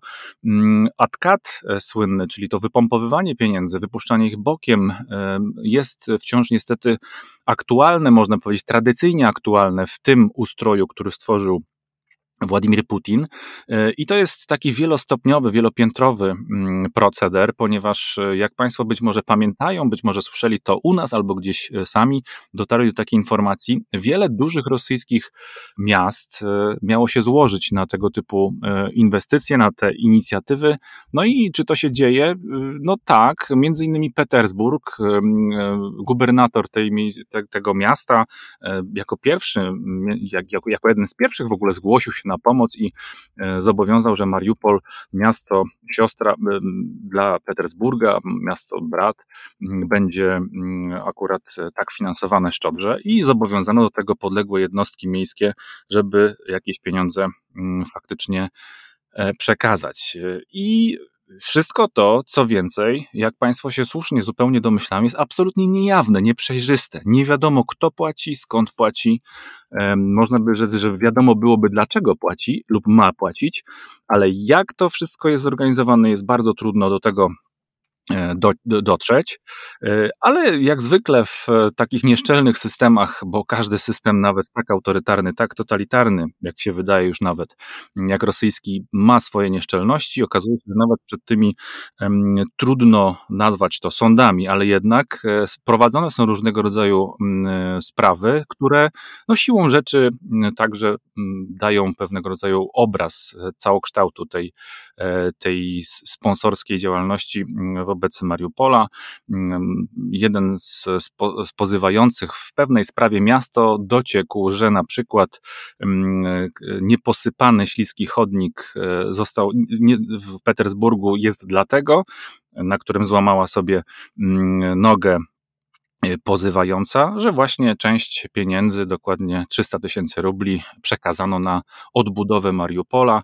A T K A T słynny, czyli to wypompowywanie pieniędzy, wypuszczanie ich bokiem, jest wciąż niestety aktualne, można powiedzieć tradycyjnie aktualne w tym ustroju, który stworzył Władimir Putin. I to jest taki wielostopniowy, wielopiętrowy proceder, ponieważ jak Państwo być może pamiętają, być może słyszeli to u nas albo gdzieś sami dotarli do takiej informacji, wiele dużych rosyjskich miast miało się złożyć na tego typu inwestycje, na te inicjatywy. No i czy to się dzieje? No tak, między innymi Petersburg, gubernator tej, tego miasta jako pierwszy, jako, jako jeden z pierwszych w ogóle zgłosił się na pomoc i zobowiązał, że Mariupol, miasto siostra dla Petersburga, miasto brat, będzie akurat tak finansowane szczodrze i zobowiązano do tego podległe jednostki miejskie, żeby jakieś pieniądze faktycznie przekazać. I wszystko to, co więcej, jak Państwo się słusznie zupełnie domyślają, jest absolutnie niejawne, nieprzejrzyste. Nie wiadomo, kto płaci, skąd płaci. Można by rzec, że wiadomo byłoby, dlaczego płaci lub ma płacić, ale jak to wszystko jest zorganizowane, jest bardzo trudno do tego Do, do, dotrzeć, ale jak zwykle w takich nieszczelnych systemach, bo każdy system, nawet tak autorytarny, tak totalitarny, jak się wydaje już nawet, jak rosyjski, ma swoje nieszczelności. Okazuje się, że nawet przed tymi um, trudno nazwać to sądami, ale jednak prowadzone są różnego rodzaju um, sprawy, które no, siłą rzeczy um, także um, dają pewnego rodzaju obraz całokształtu tej, tej sponsorskiej działalności um, wobec Mariupola. Jeden z, z pozywających w pewnej sprawie miasto dociekł, że na przykład nieposypany śliski chodnik został nie, w Petersburgu jest dlatego, na którym złamała sobie nogę pozywająca, że właśnie część pieniędzy, dokładnie trzysta tysięcy rubli, przekazano na odbudowę Mariupola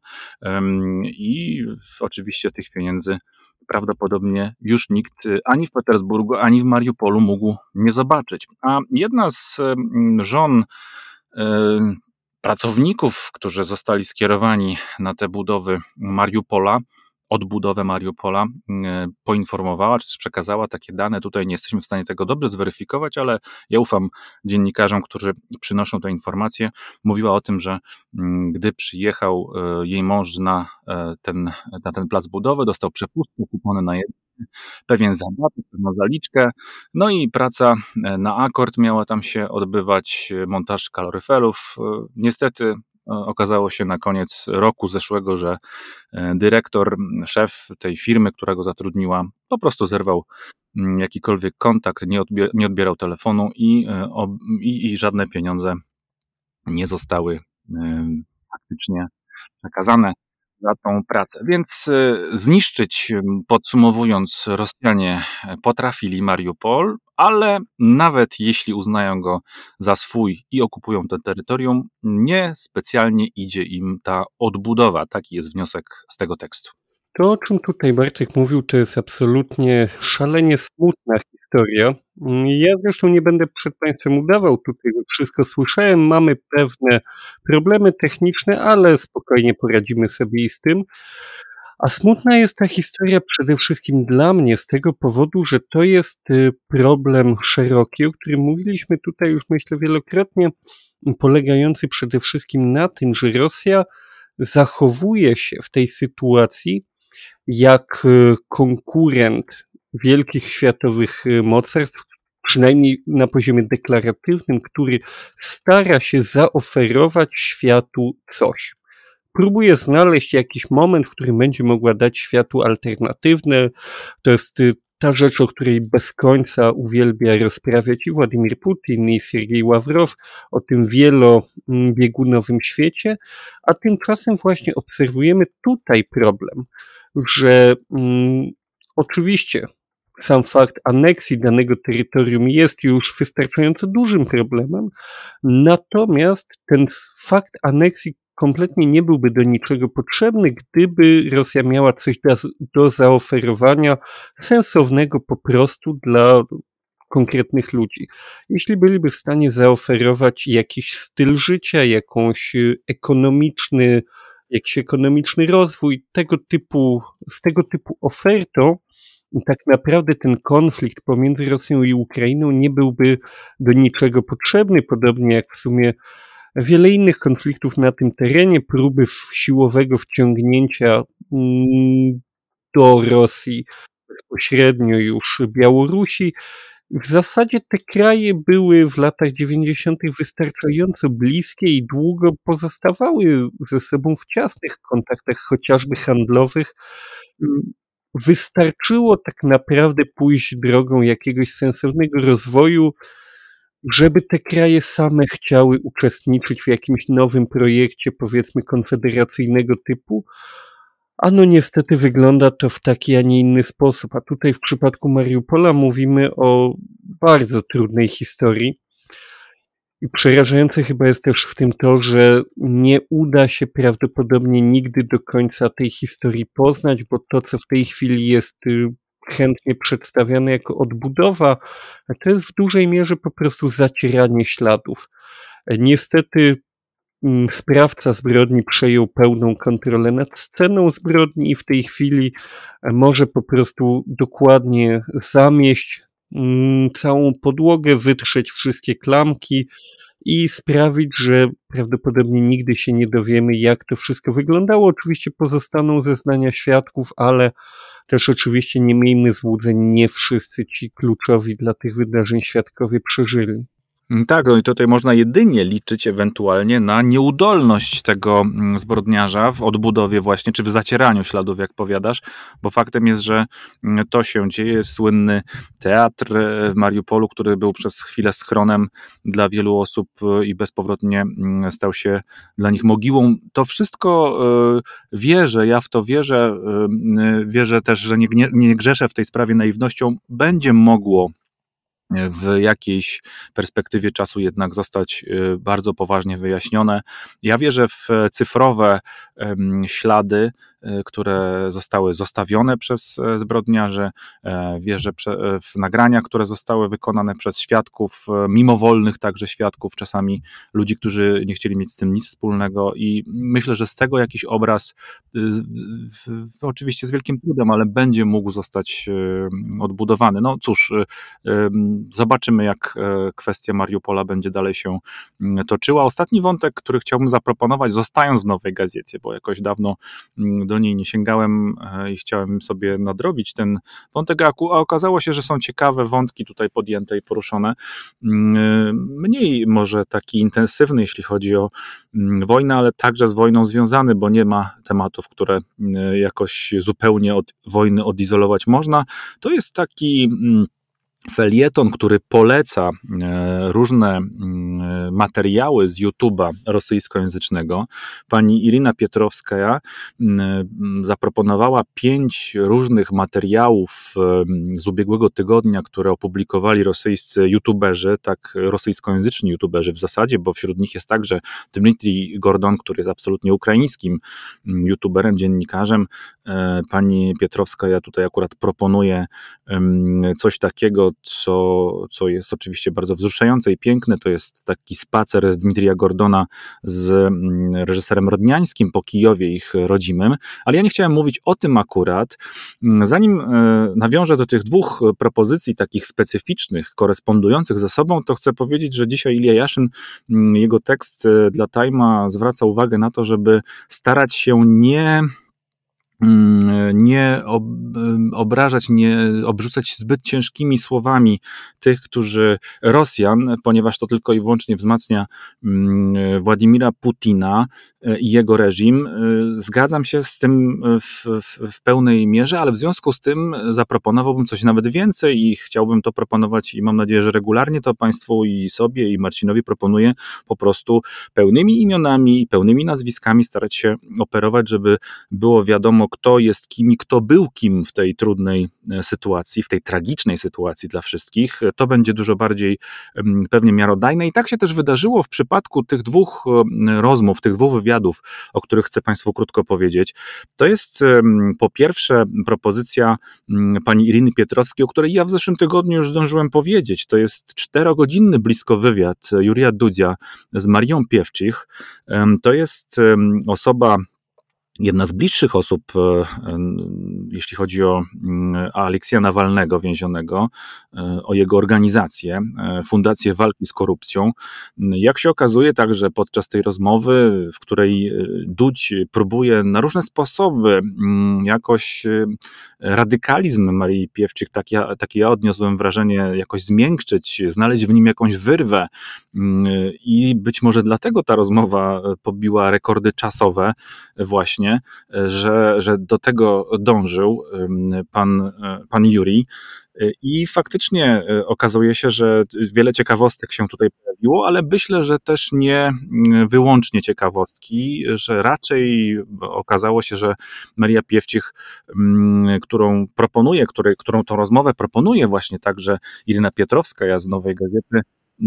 i oczywiście tych pieniędzy prawdopodobnie już nikt ani w Petersburgu, ani w Mariupolu mógł nie zobaczyć. A jedna z żon pracowników, którzy zostali skierowani na te budowy Mariupola, odbudowę Mariupola, poinformowała, czy też przekazała takie dane. Tutaj nie jesteśmy w stanie tego dobrze zweryfikować, ale ja ufam dziennikarzom, którzy przynoszą te informacje. Mówiła o tym, że gdy przyjechał jej mąż na ten, na ten plac budowy, dostał przepustkę, kupony na jedno, pewien zadatek, pewną zaliczkę, no i praca na akord miała tam się odbywać, montaż kaloryferów. Niestety okazało się na koniec roku zeszłego, że dyrektor, szef tej firmy, która go zatrudniła, po prostu zerwał jakikolwiek kontakt, nie, odbier- nie odbierał telefonu i, i, i żadne pieniądze nie zostały faktycznie przekazane za tą pracę. Więc zniszczyć, podsumowując, Rosjanie potrafili Mariupol, ale nawet jeśli uznają go za swój i okupują to terytorium, nie specjalnie idzie im ta odbudowa. Taki jest wniosek z tego tekstu. To, o czym tutaj Bartek mówił, to jest absolutnie szalenie smutna historia. Ja zresztą nie będę przed Państwem udawał tutaj, że wszystko słyszałem. Mamy pewne problemy techniczne, ale spokojnie poradzimy sobie i z tym. A smutna jest ta historia przede wszystkim dla mnie z tego powodu, że to jest problem szeroki, o którym mówiliśmy tutaj już myślę wielokrotnie, polegający przede wszystkim na tym, że Rosja zachowuje się w tej sytuacji jak konkurent wielkich światowych mocarstw, przynajmniej na poziomie deklaratywnym, który stara się zaoferować światu coś. Próbuje znaleźć jakiś moment, w którym będzie mogła dać światu alternatywne. To jest ta rzecz, o której bez końca uwielbia rozprawiać i Władimir Putin, i Siergiej Ławrow, o tym wielobiegunowym świecie, a tymczasem właśnie obserwujemy tutaj problem, że mm, oczywiście sam fakt aneksji danego terytorium jest już wystarczająco dużym problemem, natomiast ten fakt aneksji kompletnie nie byłby do niczego potrzebny, gdyby Rosja miała coś do, do zaoferowania sensownego po prostu dla konkretnych ludzi. Jeśli byliby w stanie zaoferować jakiś styl życia, jakąś ekonomiczny, jakiś ekonomiczny rozwój, tego typu, z tego typu ofertą, tak naprawdę ten konflikt pomiędzy Rosją i Ukrainą nie byłby do niczego potrzebny, podobnie jak w sumie wiele innych konfliktów na tym terenie, próby siłowego wciągnięcia do Rosji bezpośrednio już Białorusi. W zasadzie te kraje były w latach dziewięćdziesiątych wystarczająco bliskie i długo pozostawały ze sobą w ciasnych kontaktach, chociażby handlowych. Wystarczyło tak naprawdę pójść drogą jakiegoś sensownego rozwoju, żeby te kraje same chciały uczestniczyć w jakimś nowym projekcie, powiedzmy konfederacyjnego typu, a no niestety wygląda to w taki, a nie inny sposób. A tutaj w przypadku Mariupola mówimy o bardzo trudnej historii. I przerażające chyba jest też w tym to, że nie uda się prawdopodobnie nigdy do końca tej historii poznać, bo to, co w tej chwili jest chętnie przedstawiane jako odbudowa, to jest w dużej mierze po prostu zacieranie śladów. Niestety sprawca zbrodni przejął pełną kontrolę nad sceną zbrodni i w tej chwili może po prostu dokładnie zamieść całą podłogę, wytrzeć wszystkie klamki i sprawić, że prawdopodobnie nigdy się nie dowiemy, jak to wszystko wyglądało. Oczywiście pozostaną zeznania świadków, ale też oczywiście nie miejmy złudzeń, nie wszyscy ci kluczowi dla tych wydarzeń świadkowie przeżyli. Tak, no i tutaj można jedynie liczyć ewentualnie na nieudolność tego zbrodniarza w odbudowie właśnie, czy w zacieraniu śladów, jak powiadasz, bo faktem jest, że to się dzieje. Słynny teatr w Mariupolu, który był przez chwilę schronem dla wielu osób i bezpowrotnie stał się dla nich mogiłą. To wszystko wierzę, ja w to wierzę, wierzę też, że nie, nie, nie grzeszę w tej sprawie naiwnością, będzie mogło w jakiejś perspektywie czasu jednak zostać bardzo poważnie wyjaśnione. Ja wierzę w cyfrowe ślady, które zostały zostawione przez zbrodniarzy, wierzę w nagrania, które zostały wykonane przez świadków, mimowolnych także świadków, czasami ludzi, którzy nie chcieli mieć z tym nic wspólnego i myślę, że z tego jakiś obraz, oczywiście z wielkim trudem, ale będzie mógł zostać odbudowany. No cóż, zobaczymy, jak kwestia Mariupola będzie dalej się toczyła. Ostatni wątek, który chciałbym zaproponować, zostając w Nowej Gazecie, bo jakoś dawno do niej nie sięgałem i chciałem sobie nadrobić ten wątek, a okazało się, że są ciekawe wątki tutaj podjęte i poruszone. Mniej może taki intensywny, jeśli chodzi o wojnę, ale także z wojną związany, bo nie ma tematów, które jakoś zupełnie od wojny odizolować można. To jest taki felieton, który poleca różne materiały z YouTube'a rosyjskojęzycznego. Pani Irina Pietrowskaja zaproponowała pięć różnych materiałów z ubiegłego tygodnia, które opublikowali rosyjscy YouTuberzy, tak rosyjskojęzyczni YouTuberzy w zasadzie, bo wśród nich jest także Dmitrij Gordon, który jest absolutnie ukraińskim YouTuberem, dziennikarzem. Pani Pietrowskaja tutaj akurat proponuje coś takiego, co, co jest oczywiście bardzo wzruszające i piękne. To jest taki spacer Dmitrija Gordona z reżyserem Rodniańskim po Kijowie, ich rodzimym, ale ja nie chciałem mówić o tym akurat. Zanim nawiążę do tych dwóch propozycji takich specyficznych, korespondujących ze sobą, to chcę powiedzieć, że dzisiaj Ilja Yashin, jego tekst dla Time'a zwraca uwagę na to, żeby starać się nie nie ob, obrażać, nie obrzucać zbyt ciężkimi słowami tych, którzy Rosjan, ponieważ to tylko i wyłącznie wzmacnia Władimira Putina i jego reżim. Zgadzam się z tym w, w, w pełnej mierze, ale w związku z tym zaproponowałbym coś nawet więcej i chciałbym to proponować i mam nadzieję, że regularnie to Państwu i sobie i Marcinowi proponuję po prostu pełnymi imionami i pełnymi nazwiskami starać się operować, żeby było wiadomo, kto jest kim i kto był kim w tej trudnej sytuacji, w tej tragicznej sytuacji dla wszystkich. To będzie dużo bardziej pewnie miarodajne i tak się też wydarzyło w przypadku tych dwóch rozmów, tych dwóch wywiadów, o których chcę Państwu krótko powiedzieć. To jest po pierwsze propozycja pani Iriny Pietrowskiej, o której ja w zeszłym tygodniu już zdążyłem powiedzieć. To jest czterogodzinny blisko wywiad Jurija Dudzia z Marią Piewczych. To jest osoba, jedna z bliższych osób, jeśli chodzi o Aleksieja Nawalnego więzionego, o jego organizację, Fundację Walki z Korupcją. Jak się okazuje także podczas tej rozmowy, w której Dudź próbuje na różne sposoby jakoś radykalizm Marii Piewczyk, tak ja, takie ja odniosłem wrażenie, jakoś zmiękczyć, znaleźć w nim jakąś wyrwę i być może dlatego ta rozmowa pobiła rekordy czasowe właśnie, że, że do tego dążył pan, pan Jurij. I faktycznie okazuje się, że wiele ciekawostek się tutaj pojawiło, ale myślę, że też nie wyłącznie ciekawostki, że raczej okazało się, że Maria Piewczych, którą proponuje, który, którą tą rozmowę proponuje właśnie także Iryna Pietrowska z Nowej Gazety,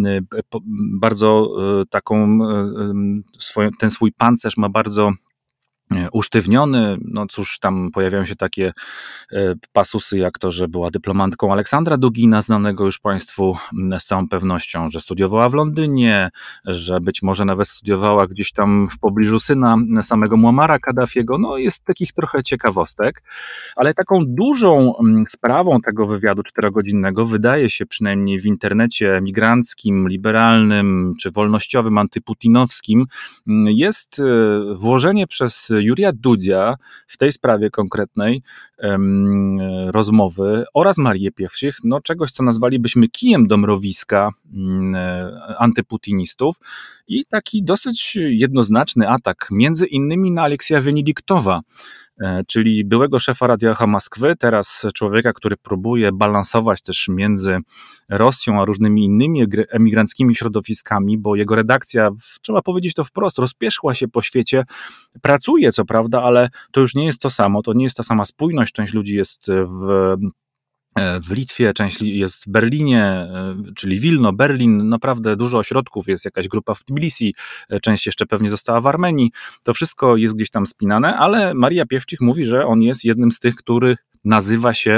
bardzo taką, ten swój pancerz ma bardzo usztywniony, no cóż, tam pojawiają się takie pasusy jak to, że była dyplomantką Aleksandra Dugina, znanego już Państwu z całą pewnością, że studiowała w Londynie, że być może nawet studiowała gdzieś tam w pobliżu syna samego Muamara Kaddafiego, no jest takich trochę ciekawostek, ale taką dużą sprawą tego wywiadu czterogodzinnego wydaje się przynajmniej w internecie migranckim, liberalnym czy wolnościowym, antyputinowskim jest włożenie przez Jurija Dudzia w tej sprawie konkretnej um, rozmowy oraz Marię Piewczych, no czegoś, co nazwalibyśmy kijem do mrowiska um, antyputinistów i taki dosyć jednoznaczny atak, między innymi na Aleksieja Wenedyktowa, czyli byłego szefa Radia Echo Moskwy, teraz człowieka, który próbuje balansować też między Rosją a różnymi innymi emigranckimi środowiskami, bo jego redakcja, trzeba powiedzieć to wprost, rozpieszła się po świecie, pracuje co prawda, ale to już nie jest to samo, to nie jest ta sama spójność, część ludzi jest w w Litwie, część jest w Berlinie, czyli Wilno, Berlin, naprawdę dużo ośrodków, jest jakaś grupa w Tbilisi, część jeszcze pewnie została w Armenii, to wszystko jest gdzieś tam spinane, ale Maria Piewczych mówi, że on jest jednym z tych, który nazywa się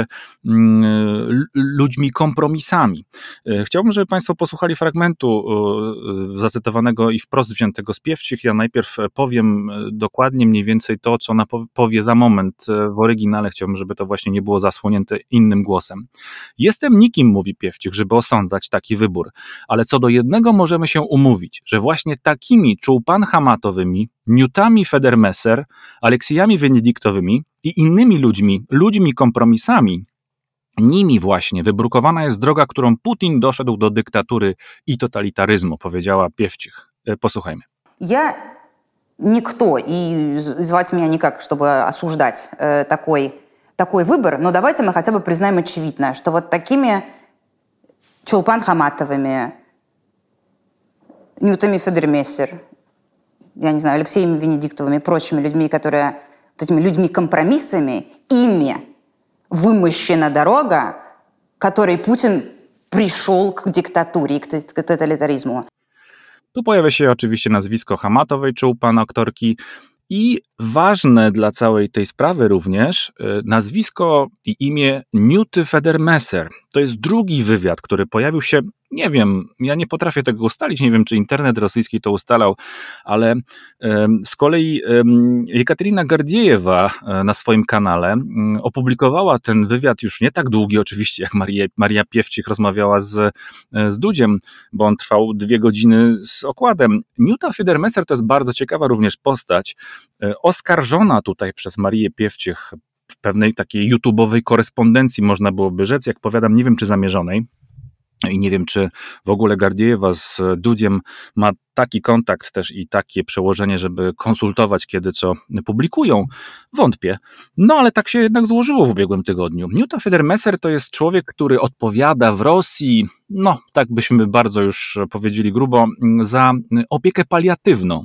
ludźmi kompromisami. Chciałbym, żeby Państwo posłuchali fragmentu zacytowanego i wprost wziętego z Piewczych. Ja najpierw powiem dokładnie mniej więcej to, co ona powie za moment w oryginale. Chciałbym, żeby to właśnie nie było zasłonięte innym głosem. Jestem nikim, mówi Piewczych, żeby osądzać taki wybór, ale co do jednego możemy się umówić, że właśnie takimi Czułpan Hamatowymi, Newtami Federmesser, Aleksijami Wenedyktowymi i innymi ludźmi, ludźmi kompromisami, nimi właśnie wybrukowana jest droga, którą Putin doszedł do dyktatury i totalitaryzmu, powiedziała Piewczych. Posłuchajmy. Я никто, и звать меня никак, чтобы осуждать э, такой, такой выбор, но давайте мы хотя бы признаем очевидное, что вот такими Чулпан Хаматовыми, Ньютами Федермессер, я не знаю, Алексеями Венедиктовыми и прочими людьми, которые, вот этими людьми-компромиссами, ими вымощена дорога, которой Путин пришел к диктатуре и к тоталитаризму. Tu pojawia się oczywiście nazwisko Hamatowej, Czułpan, aktorki, I ważne dla całej tej sprawy również nazwisko i imię Newty Federmesser. To jest drugi wywiad, który pojawił się, nie wiem, ja nie potrafię tego ustalić, nie wiem, czy internet rosyjski to ustalał, ale z kolei Jekaterina Gardiejewa na swoim kanale opublikowała ten wywiad już nie tak długi oczywiście, jak Maria, Maria Piewcich rozmawiała z, z Dudziem, bo on trwał dwie godziny z okładem. Newta Federmesser to jest bardzo ciekawa również postać, oskarżona tutaj przez Marię Piewcich w pewnej takiej YouTube'owej korespondencji, można byłoby rzec, jak powiadam, nie wiem czy zamierzonej. I nie wiem, czy w ogóle Gardiejewa z Dudziem ma taki kontakt też i takie przełożenie, żeby konsultować, kiedy co publikują. Wątpię. No ale tak się jednak złożyło w ubiegłym tygodniu. Newta Federmesser to jest człowiek, który odpowiada w Rosji, no tak byśmy bardzo już powiedzieli grubo, za opiekę paliatywną.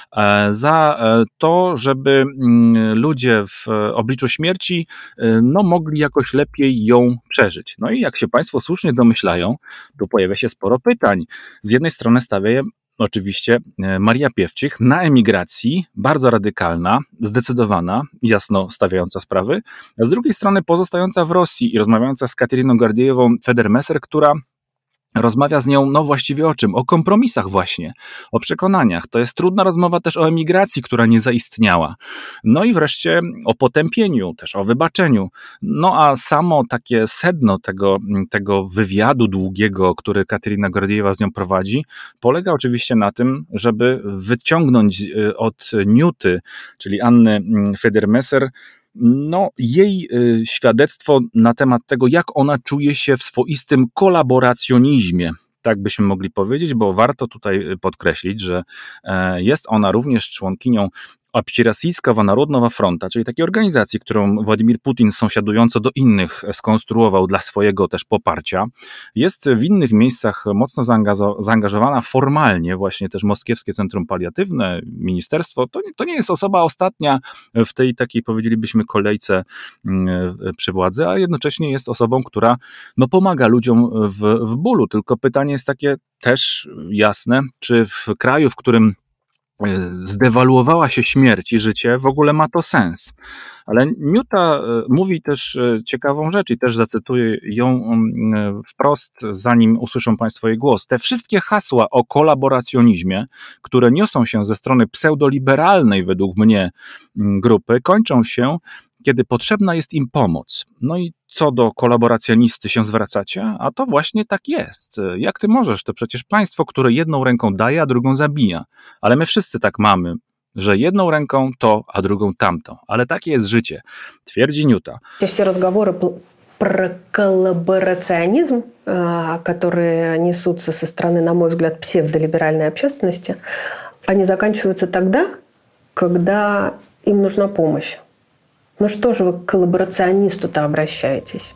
Za to, żeby ludzie w obliczu śmierci no, mogli jakoś lepiej ją przeżyć. No i jak się Państwo słusznie domyślają, tu pojawia się sporo pytań. Z jednej strony stawia je oczywiście Maria Piewcich na emigracji, bardzo radykalna, zdecydowana, jasno stawiająca sprawy, a z drugiej strony pozostająca w Rosji i rozmawiająca z Kateriną Gardiejewą Federmesser, która rozmawia z nią, no właściwie o czym? O kompromisach właśnie, o przekonaniach. To jest trudna rozmowa też o emigracji, która nie zaistniała. No i wreszcie o potępieniu, też o wybaczeniu. No a samo takie sedno tego, tego wywiadu długiego, który Katerina Gardiejewa z nią prowadzi, polega oczywiście na tym, żeby wyciągnąć od Newty, czyli Anny Federmesser, no, jej y, świadectwo na temat tego, jak ona czuje się w swoistym kolaboracjonizmie. Tak byśmy mogli powiedzieć, bo warto tutaj podkreślić, że e, jest ona również członkinią Общероссийского Народного Fronta, czyli takiej organizacji, którą Władimir Putin sąsiadująco do innych skonstruował dla swojego też poparcia. Jest w innych miejscach mocno zaangażowana formalnie, właśnie też Moskiewskie Centrum Paliatywne, ministerstwo. To, to nie jest osoba ostatnia w tej takiej, powiedzielibyśmy, kolejce przy władzy, a jednocześnie jest osobą, która no, pomaga ludziom w, w bólu. Tylko pytanie jest takie też jasne, czy w kraju, w którym zdewaluowała się śmierć i życie, w ogóle ma to sens. Ale Newta mówi też ciekawą rzecz i też zacytuję ją wprost, zanim usłyszą Państwo jej głos. Te wszystkie hasła o kolaboracjonizmie, które niosą się ze strony pseudoliberalnej według mnie grupy, kończą się, kiedy potrzebna jest im pomoc. No i co do kolaboracjonisty się zwracacie? A to właśnie tak jest. Jak ty możesz? To przecież państwo, które jedną ręką daje, a drugą zabija. Ale my wszyscy tak mamy, że jedną ręką to, a drugą tamto. Ale takie jest życie, twierdzi Newta. Все разговоры про коллаборационизм, которые несутся со стороны, на мой взгляд, псевдолиберальной общественности, они заканчиваются тогда, когда им нужна помощь. Ну что же вы к коллаборационисту-то обращаетесь?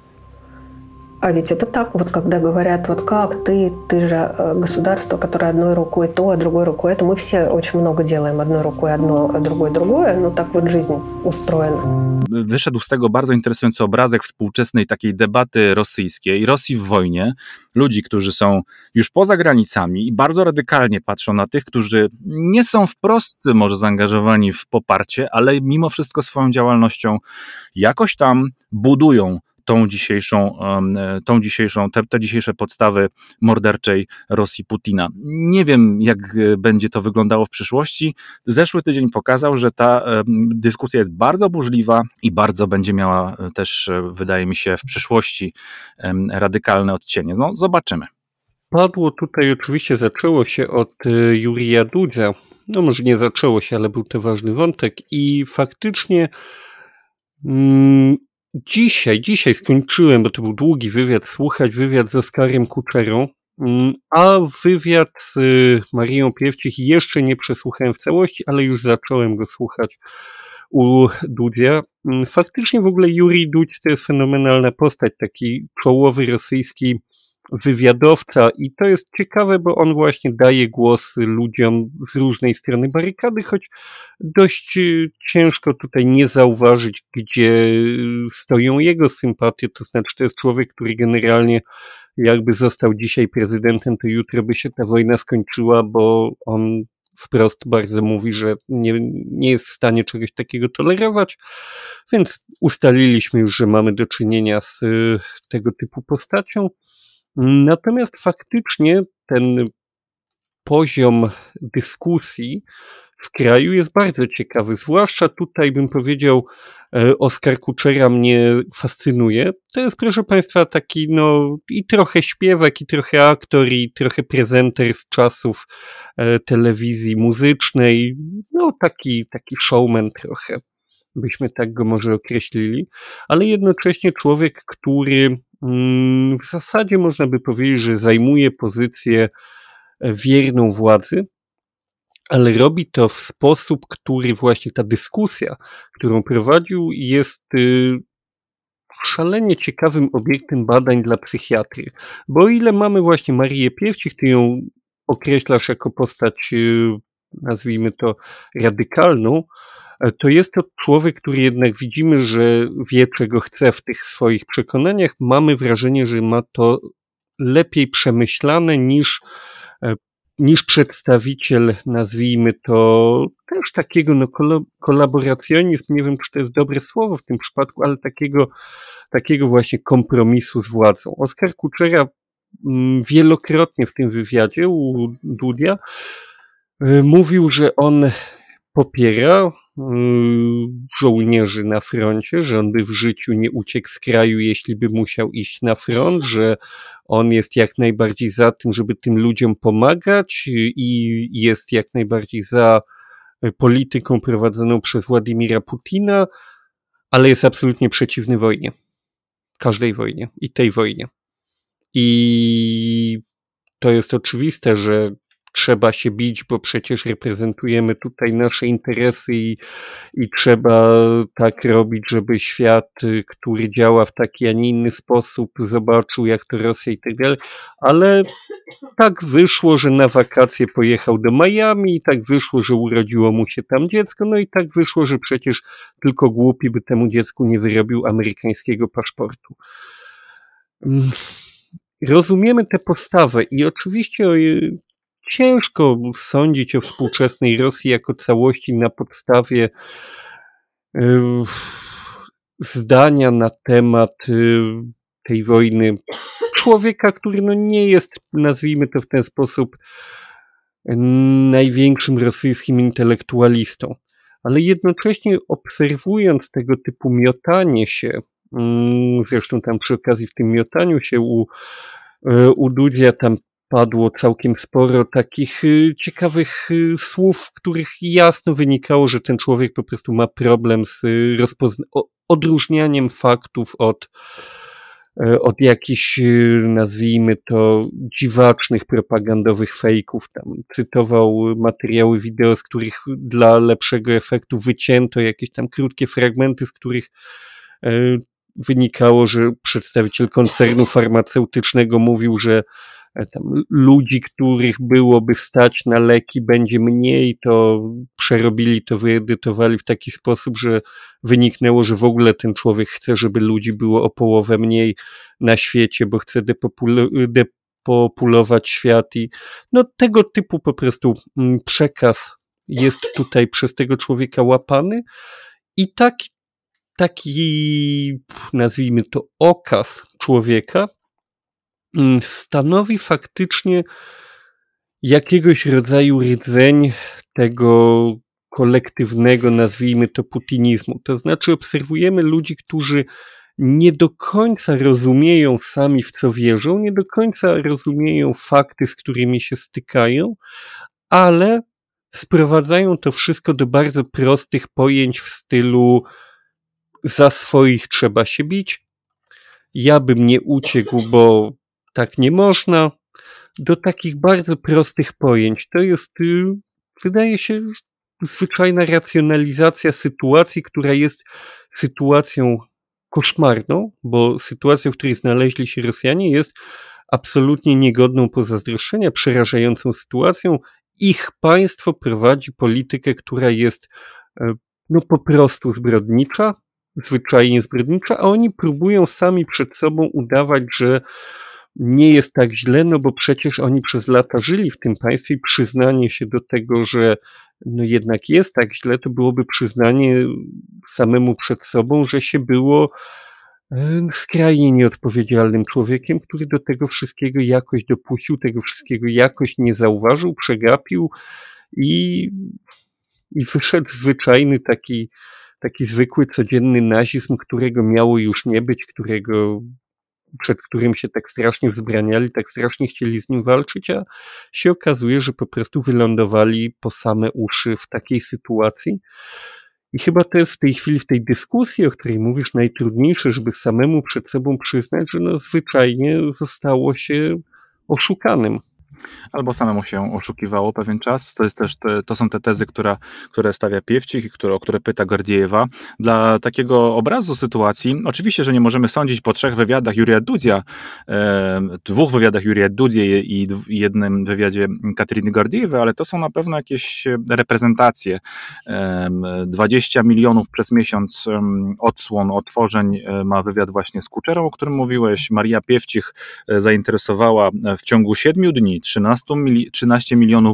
А ведь это так, вот когда говорят, вот как ты, ты же государство, которое одной рукой то, а другой рукой это. Мы все очень много делаем одной рукой одно, а другой другое. Ну так вот жизнь устроена. Wyszedł z tego bardzo interesujący obrazek współczesnej takiej debaty rosyjskiej, Rosji w wojnie, ludzi, którzy są już poza granicami i bardzo radykalnie patrzą na tych, którzy nie są wprost może zaangażowani w poparcie, ale mimo wszystko swoją działalnością jakoś tam budują tą dzisiejszą, tą dzisiejszą, te, te dzisiejsze podstawy morderczej Rosji Putina. Nie wiem, jak będzie to wyglądało w przyszłości. Zeszły tydzień pokazał, że ta dyskusja jest bardzo burzliwa i bardzo będzie miała też, wydaje mi się, w przyszłości radykalne odcienie. No, zobaczymy. Padło tutaj, oczywiście zaczęło się od Jurija Dudzia. No może nie zaczęło się, ale był to ważny wątek i faktycznie mm, Dzisiaj, dzisiaj skończyłem, bo to był długi wywiad, słuchać wywiad z Oskarem Kuczerą, a wywiad z Marią Piewcich jeszcze nie przesłuchałem w całości, ale już zacząłem go słuchać u Dudzia. Faktycznie w ogóle Jurij Dudź to jest fenomenalna postać, taki czołowy rosyjski wywiadowca i to jest ciekawe, bo on właśnie daje głos ludziom z różnej strony barykady, choć dość ciężko tutaj nie zauważyć, gdzie stoją jego sympatie, to znaczy to jest człowiek, który generalnie jakby został dzisiaj prezydentem, to jutro by się ta wojna skończyła, bo on wprost bardzo mówi, że nie, nie jest w stanie czegoś takiego tolerować, więc ustaliliśmy już, że mamy do czynienia z tego typu postacią. Natomiast faktycznie ten poziom dyskusji w kraju jest bardzo ciekawy, zwłaszcza tutaj bym powiedział, Oskar Kuczera mnie fascynuje. To jest, proszę Państwa, taki no i trochę śpiewak, i trochę aktor, i trochę prezenter z czasów e, telewizji muzycznej, no taki, taki showman trochę, byśmy tak go może określili, ale jednocześnie człowiek, który mm, w zasadzie można by powiedzieć, że zajmuje pozycję wierną władzy, ale robi to w sposób, który właśnie ta dyskusja, którą prowadził, jest y, szalenie ciekawym obiektem badań dla psychiatry. Bo o ile mamy właśnie Marię Piewcik, ty ją określasz jako postać, y, nazwijmy to radykalną, to jest to człowiek, który jednak widzimy, że wie, czego chce w tych swoich przekonaniach. Mamy wrażenie, że ma to lepiej przemyślane niż niż przedstawiciel, nazwijmy to też takiego no, kolaboracjonizm, nie wiem, czy to jest dobre słowo w tym przypadku, ale takiego, takiego właśnie kompromisu z władzą. Oskar Kuczera m, wielokrotnie w tym wywiadzie u Dudia y, mówił, że on popiera y, żołnierzy na froncie, że on by w życiu nie uciekł z kraju, jeśli by musiał iść na front, że on jest jak najbardziej za tym, żeby tym ludziom pomagać i jest jak najbardziej za polityką prowadzoną przez Władimira Putina, ale jest absolutnie przeciwny wojnie. Każdej wojnie i tej wojnie. I to jest oczywiste, że trzeba się bić, bo przecież reprezentujemy tutaj nasze interesy i, i trzeba tak robić, żeby świat, który działa w taki, a nie inny sposób, zobaczył, jak to Rosja i tak dalej. Ale tak wyszło, że na wakacje pojechał do Miami i tak wyszło, że urodziło mu się tam dziecko, no i tak wyszło, że przecież tylko głupi by temu dziecku nie wyrobił amerykańskiego paszportu. Rozumiemy tę postawę i oczywiście ciężko sądzić o współczesnej Rosji jako całości na podstawie y, zdania na temat y, tej wojny człowieka, który no nie jest, nazwijmy to w ten sposób, największym rosyjskim intelektualistą. Ale jednocześnie obserwując tego typu miotanie się, y, zresztą tam przy okazji w tym miotaniu się u, y, u Dudzia tam padło całkiem sporo takich y, ciekawych y, słów, w których jasno wynikało, że ten człowiek po prostu ma problem z y, rozpozna- o, odróżnianiem faktów od, y, od jakichś, y, nazwijmy to, dziwacznych, propagandowych fejków. Tam cytował materiały wideo, z których dla lepszego efektu wycięto jakieś tam krótkie fragmenty, z których y, wynikało, że przedstawiciel koncernu farmaceutycznego mówił, że tam ludzi, których byłoby stać na leki, będzie mniej, to przerobili to, wyedytowali w taki sposób, że wyniknęło, że w ogóle ten człowiek chce, żeby ludzi było o połowę mniej na świecie, bo chce depopul- depopulować świat i no tego typu po prostu przekaz jest tutaj przez tego człowieka łapany i taki, taki nazwijmy to okaz człowieka stanowi faktycznie jakiegoś rodzaju rdzeń tego kolektywnego, nazwijmy to, putinizmu. To znaczy obserwujemy ludzi, którzy nie do końca rozumieją sami, w co wierzą, nie do końca rozumieją fakty, z którymi się stykają, ale sprowadzają to wszystko do bardzo prostych pojęć w stylu za swoich trzeba się bić, ja bym nie uciekł, bo tak nie można, do takich bardzo prostych pojęć. To jest, wydaje się, zwyczajna racjonalizacja sytuacji, która jest sytuacją koszmarną, bo sytuacja, w której znaleźli się Rosjanie, jest absolutnie niegodną pozazdroszczenia, przerażającą sytuacją. Ich państwo prowadzi politykę, która jest no po prostu zbrodnicza, zwyczajnie zbrodnicza, a oni próbują sami przed sobą udawać, że nie jest tak źle, no bo przecież oni przez lata żyli w tym państwie i przyznanie się do tego, że no jednak jest tak źle, to byłoby przyznanie samemu przed sobą, że się było skrajnie nieodpowiedzialnym człowiekiem, który do tego wszystkiego jakoś dopuścił, tego wszystkiego jakoś nie zauważył, przegapił i, i wyszedł zwyczajny taki, taki zwykły, codzienny nazizm, którego miało już nie być, którego przed którym się tak strasznie wzbraniali, tak strasznie chcieli z nim walczyć, a się okazuje, że po prostu wylądowali po same uszy w takiej sytuacji. I chyba to jest w tej chwili, w tej dyskusji, o której mówisz, najtrudniejsze, żeby samemu przed sobą przyznać, że no zwyczajnie zostało się oszukanym. Albo samemu się oszukiwało pewien czas. To jest też te, to są te tezy, która, które stawia Piewcik i które, o które pyta Gordziejewa. Dla takiego obrazu sytuacji, oczywiście, że nie możemy sądzić po trzech wywiadach Jurija Dudzia, e, dwóch wywiadach Jurija Dudzie i jednym wywiadzie Kateryny Gordziejewej, ale to są na pewno jakieś reprezentacje. E, dwadzieścia milionów przez miesiąc odsłon, odtworzeń ma wywiad właśnie z Kuczerą, o którym mówiłeś. Maria Piewcik zainteresowała w ciągu siedmiu dni trzynaście milionów,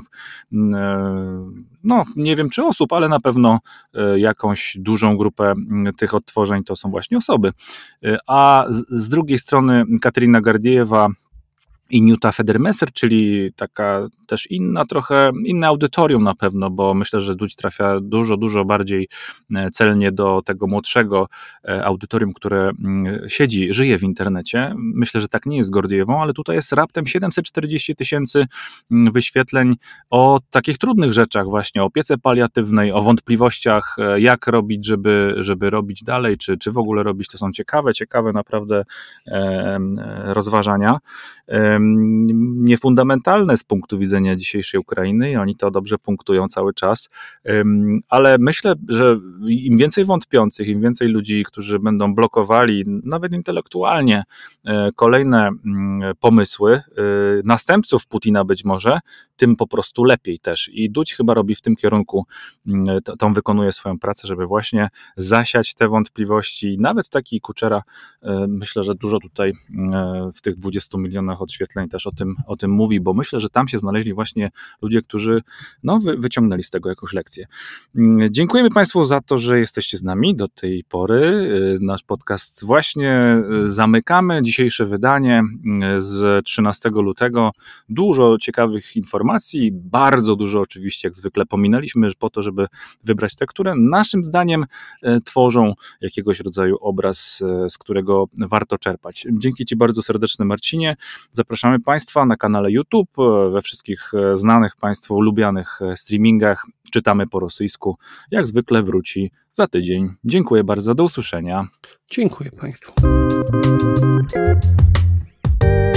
no nie wiem czy osób, ale na pewno jakąś dużą grupę tych odtworzeń to są właśnie osoby. A z drugiej strony Kateryna Gordziejewa i Newta Federmesser, czyli taka też inna, trochę inne audytorium na pewno, bo myślę, że Dudź trafia dużo, dużo bardziej celnie do tego młodszego audytorium, które siedzi, żyje w internecie. Myślę, że tak nie jest z Gordziejewą, ale tutaj jest raptem siedemset czterdzieści tysięcy wyświetleń o takich trudnych rzeczach właśnie, o opiece paliatywnej, o wątpliwościach, jak robić, żeby, żeby robić dalej, czy, czy w ogóle robić. To są ciekawe, ciekawe naprawdę rozważania. Niefundamentalne z punktu widzenia dzisiejszej Ukrainy i oni to dobrze punktują cały czas, ale myślę, że im więcej wątpiących, im więcej ludzi, którzy będą blokowali nawet intelektualnie kolejne pomysły następców Putina być może, tym po prostu lepiej też i Dudź chyba robi w tym kierunku, tą wykonuje swoją pracę, żeby właśnie zasiać te wątpliwości, nawet taki Kuczera, myślę, że dużo tutaj w tych dwudziestu milionach odświetleń też o tym, o tym mówi, bo myślę, że tam się znaleźli właśnie ludzie, którzy no, wy, wyciągnęli z tego jakąś lekcję. Dziękujemy Państwu za to, że jesteście z nami do tej pory. Nasz podcast właśnie zamykamy. Dzisiejsze wydanie z trzynastego lutego. Dużo ciekawych informacji, bardzo dużo oczywiście jak zwykle pominęliśmy po to, żeby wybrać te, które naszym zdaniem tworzą jakiegoś rodzaju obraz, z którego warto czerpać. Dzięki Ci bardzo serdeczne, Marcinie. Zapraszamy Państwa na kanale YouTube, we wszystkich znanych Państwu lubianych streamingach. Czytamy po rosyjsku. Jak zwykle wróci za tydzień. Dziękuję bardzo, do usłyszenia. Dziękuję Państwu.